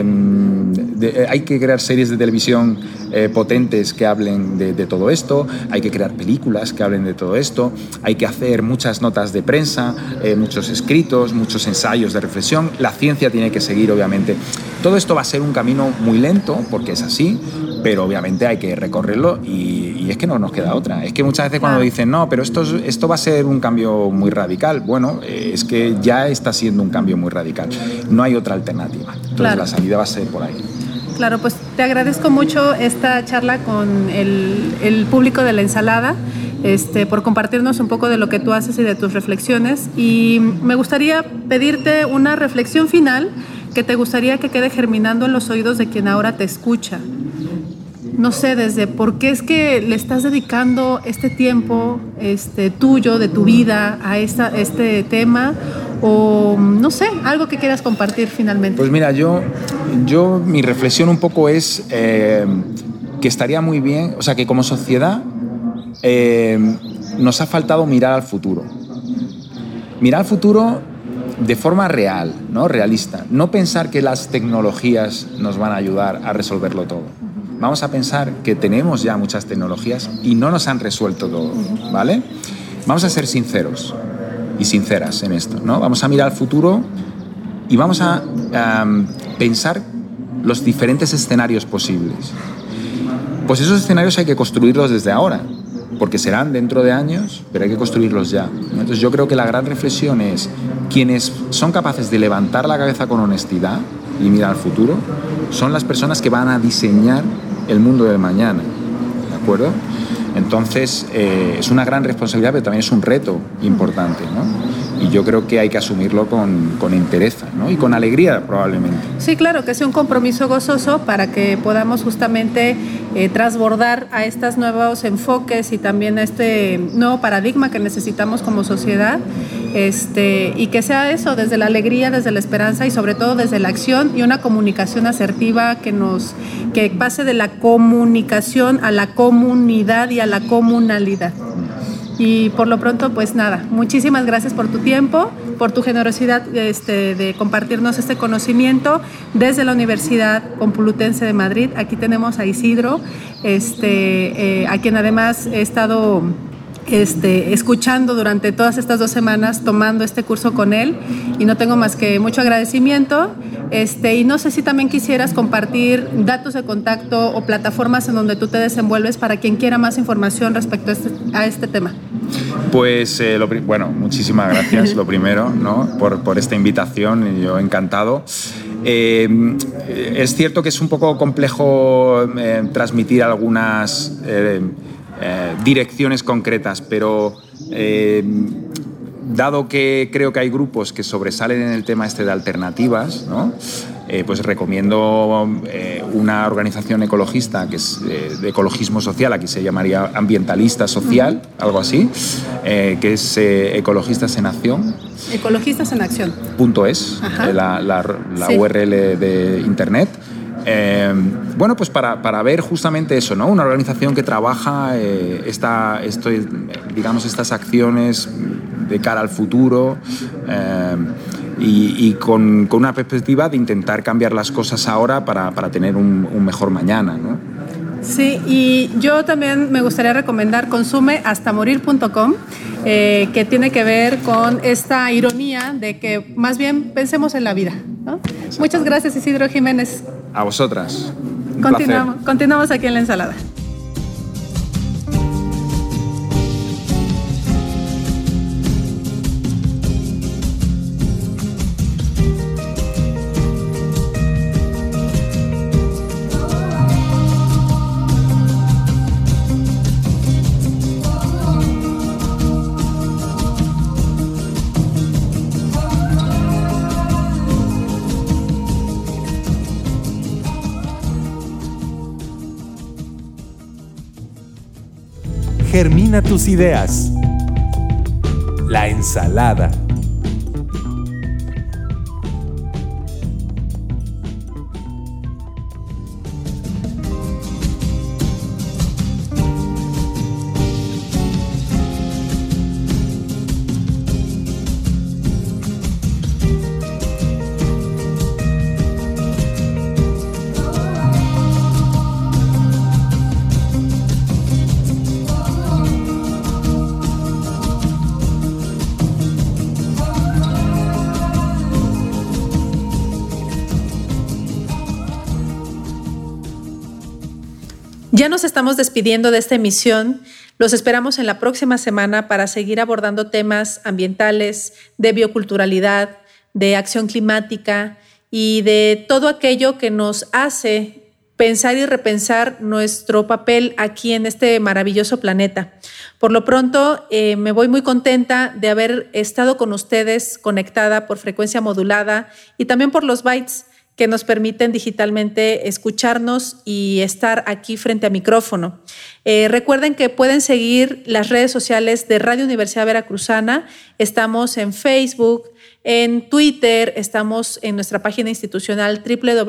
hay que crear series de televisión potentes que hablen de todo esto, hay que crear películas que hablen de todo esto, hay que hacer muchas notas de prensa, muchos escritos, muchos ensayos de reflexión. La ciencia tiene que seguir, obviamente. Todo esto va a ser un camino muy lento, porque es así, pero obviamente hay que recorrerlo, y es que no nos queda otra. Es que muchas veces cuando dicen, no, pero esto va a ser un cambio muy radical, bueno, es que ya está siendo un cambio muy radical. No hay otra alternativa. Entonces la salida va a ser por ahí. Claro, pues te agradezco mucho esta charla con el público de La Ensalada, por compartirnos un poco de lo que tú haces y de tus reflexiones. Y me gustaría pedirte una reflexión final que te gustaría que quede germinando en los oídos de quien ahora te escucha. No sé, desde por qué es que le estás dedicando este tiempo tuyo, de tu vida, a este tema, o no sé, algo que quieras compartir finalmente. Pues mira, yo mi reflexión un poco es que estaría muy bien, o sea, que como sociedad nos ha faltado mirar al futuro. Mirar al futuro de forma real, ¿no? Realista. No pensar que las tecnologías nos van a ayudar a resolverlo todo. Vamos a pensar que tenemos ya muchas tecnologías y no nos han resuelto todo, ¿vale? Vamos a ser sinceros y sinceras en esto, ¿no? Vamos a mirar al futuro y vamos a pensar los diferentes escenarios posibles. Pues esos escenarios hay que construirlos desde ahora, porque serán dentro de años, pero hay que construirlos ya. Entonces yo creo que la gran reflexión es: quienes son capaces de levantar la cabeza con honestidad y mirar al futuro son las personas que van a diseñar el mundo del mañana, ¿de acuerdo? Entonces es una gran responsabilidad, pero también es un reto importante, ¿no? Y yo creo que hay que asumirlo con entereza, ¿no? Y con alegría, probablemente. Sí, claro, que sea un compromiso gozoso para que podamos justamente transbordar a estos nuevos enfoques y también a este nuevo paradigma que necesitamos como sociedad, y que sea eso, desde la alegría, desde la esperanza y sobre todo desde la acción, y una comunicación asertiva que pase de la comunicación a la comunidad y a la comunalidad. Y por lo pronto, pues nada, muchísimas gracias por tu tiempo, por tu generosidad de compartirnos este conocimiento desde la Universidad Complutense de Madrid. Aquí tenemos a Isidro, a quien además he estado escuchando durante todas estas 2 semanas, tomando este curso con él, y no tengo más que mucho agradecimiento. Y no sé si también quisieras compartir datos de contacto o plataformas en donde tú te desenvuelves para quien quiera más información respecto a este tema. Pues, bueno, muchísimas gracias, lo primero, ¿no? por esta invitación, yo encantado. Es cierto que es un poco complejo transmitir algunas direcciones concretas, pero dado que creo que hay grupos que sobresalen en el tema de alternativas, ¿no? Pues recomiendo una organización ecologista que es de ecologismo social, aquí se llamaría ambientalista social, algo así, que es Ecologistas en Acción. Ecologistas en Acción. .es, la sí. URL de internet. Bueno, pues para ver justamente eso, ¿no? Una organización que trabaja digamos, estas acciones de cara al futuro y con una perspectiva de intentar cambiar las cosas ahora para tener un mejor mañana, ¿no? Sí, y yo también me gustaría recomendar consumehastamorir.com, que tiene que ver con esta ironía de que más bien pensemos en la vida, ¿no? Muchas gracias, Isidro Jiménez. A vosotras. Continuamos aquí en La Ensalada. Germina tus ideas. La Ensalada. Ya nos estamos despidiendo de esta emisión. Los esperamos en la próxima semana para seguir abordando temas ambientales, de bioculturalidad, de acción climática y de todo aquello que nos hace pensar y repensar nuestro papel aquí en este maravilloso planeta. Por lo pronto, me voy muy contenta de haber estado con ustedes conectada por frecuencia modulada y también por los bytes que nos permiten digitalmente escucharnos y estar aquí frente a micrófono. Recuerden que pueden seguir las redes sociales de Radio Universidad Veracruzana. Estamos en Facebook, en Twitter, estamos en nuestra página institucional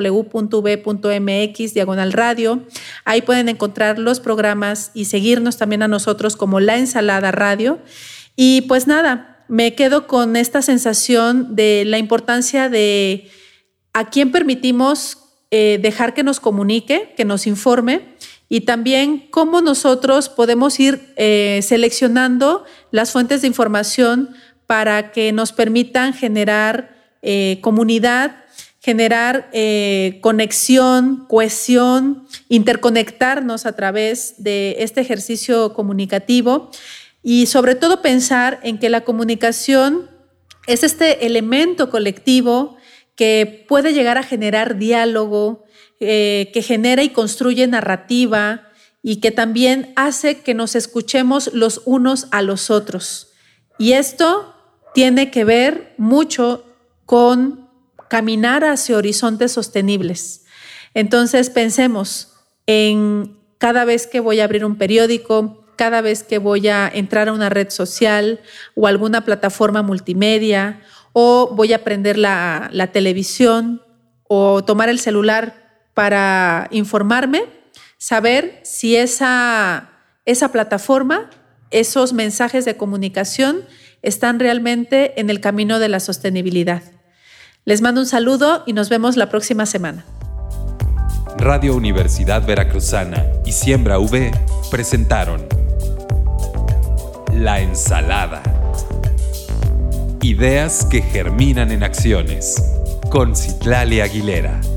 www.v.mx/radio. Ahí pueden encontrar los programas y seguirnos también a nosotros como La Ensalada Radio. Y pues nada, me quedo con esta sensación de la importancia de a quién permitimos dejar que nos comunique, que nos informe, y también cómo nosotros podemos ir seleccionando las fuentes de información para que nos permitan generar comunidad, generar conexión, cohesión, interconectarnos a través de este ejercicio comunicativo y sobre todo pensar en que la comunicación es este elemento colectivo que puede llegar a generar diálogo, que genera y construye narrativa y que también hace que nos escuchemos los unos a los otros. Y esto tiene que ver mucho con caminar hacia horizontes sostenibles. Entonces pensemos en cada vez que voy a abrir un periódico, cada vez que voy a entrar a una red social o alguna plataforma multimedia, o voy a prender la televisión o tomar el celular para informarme, saber si esa plataforma esos mensajes de comunicación están realmente en el camino de la sostenibilidad. Les mando un saludo y nos vemos la próxima semana. Radio Universidad Veracruzana y Siembra V presentaron La Ensalada. Ideas que germinan en acciones. Con Citlali Aguilera.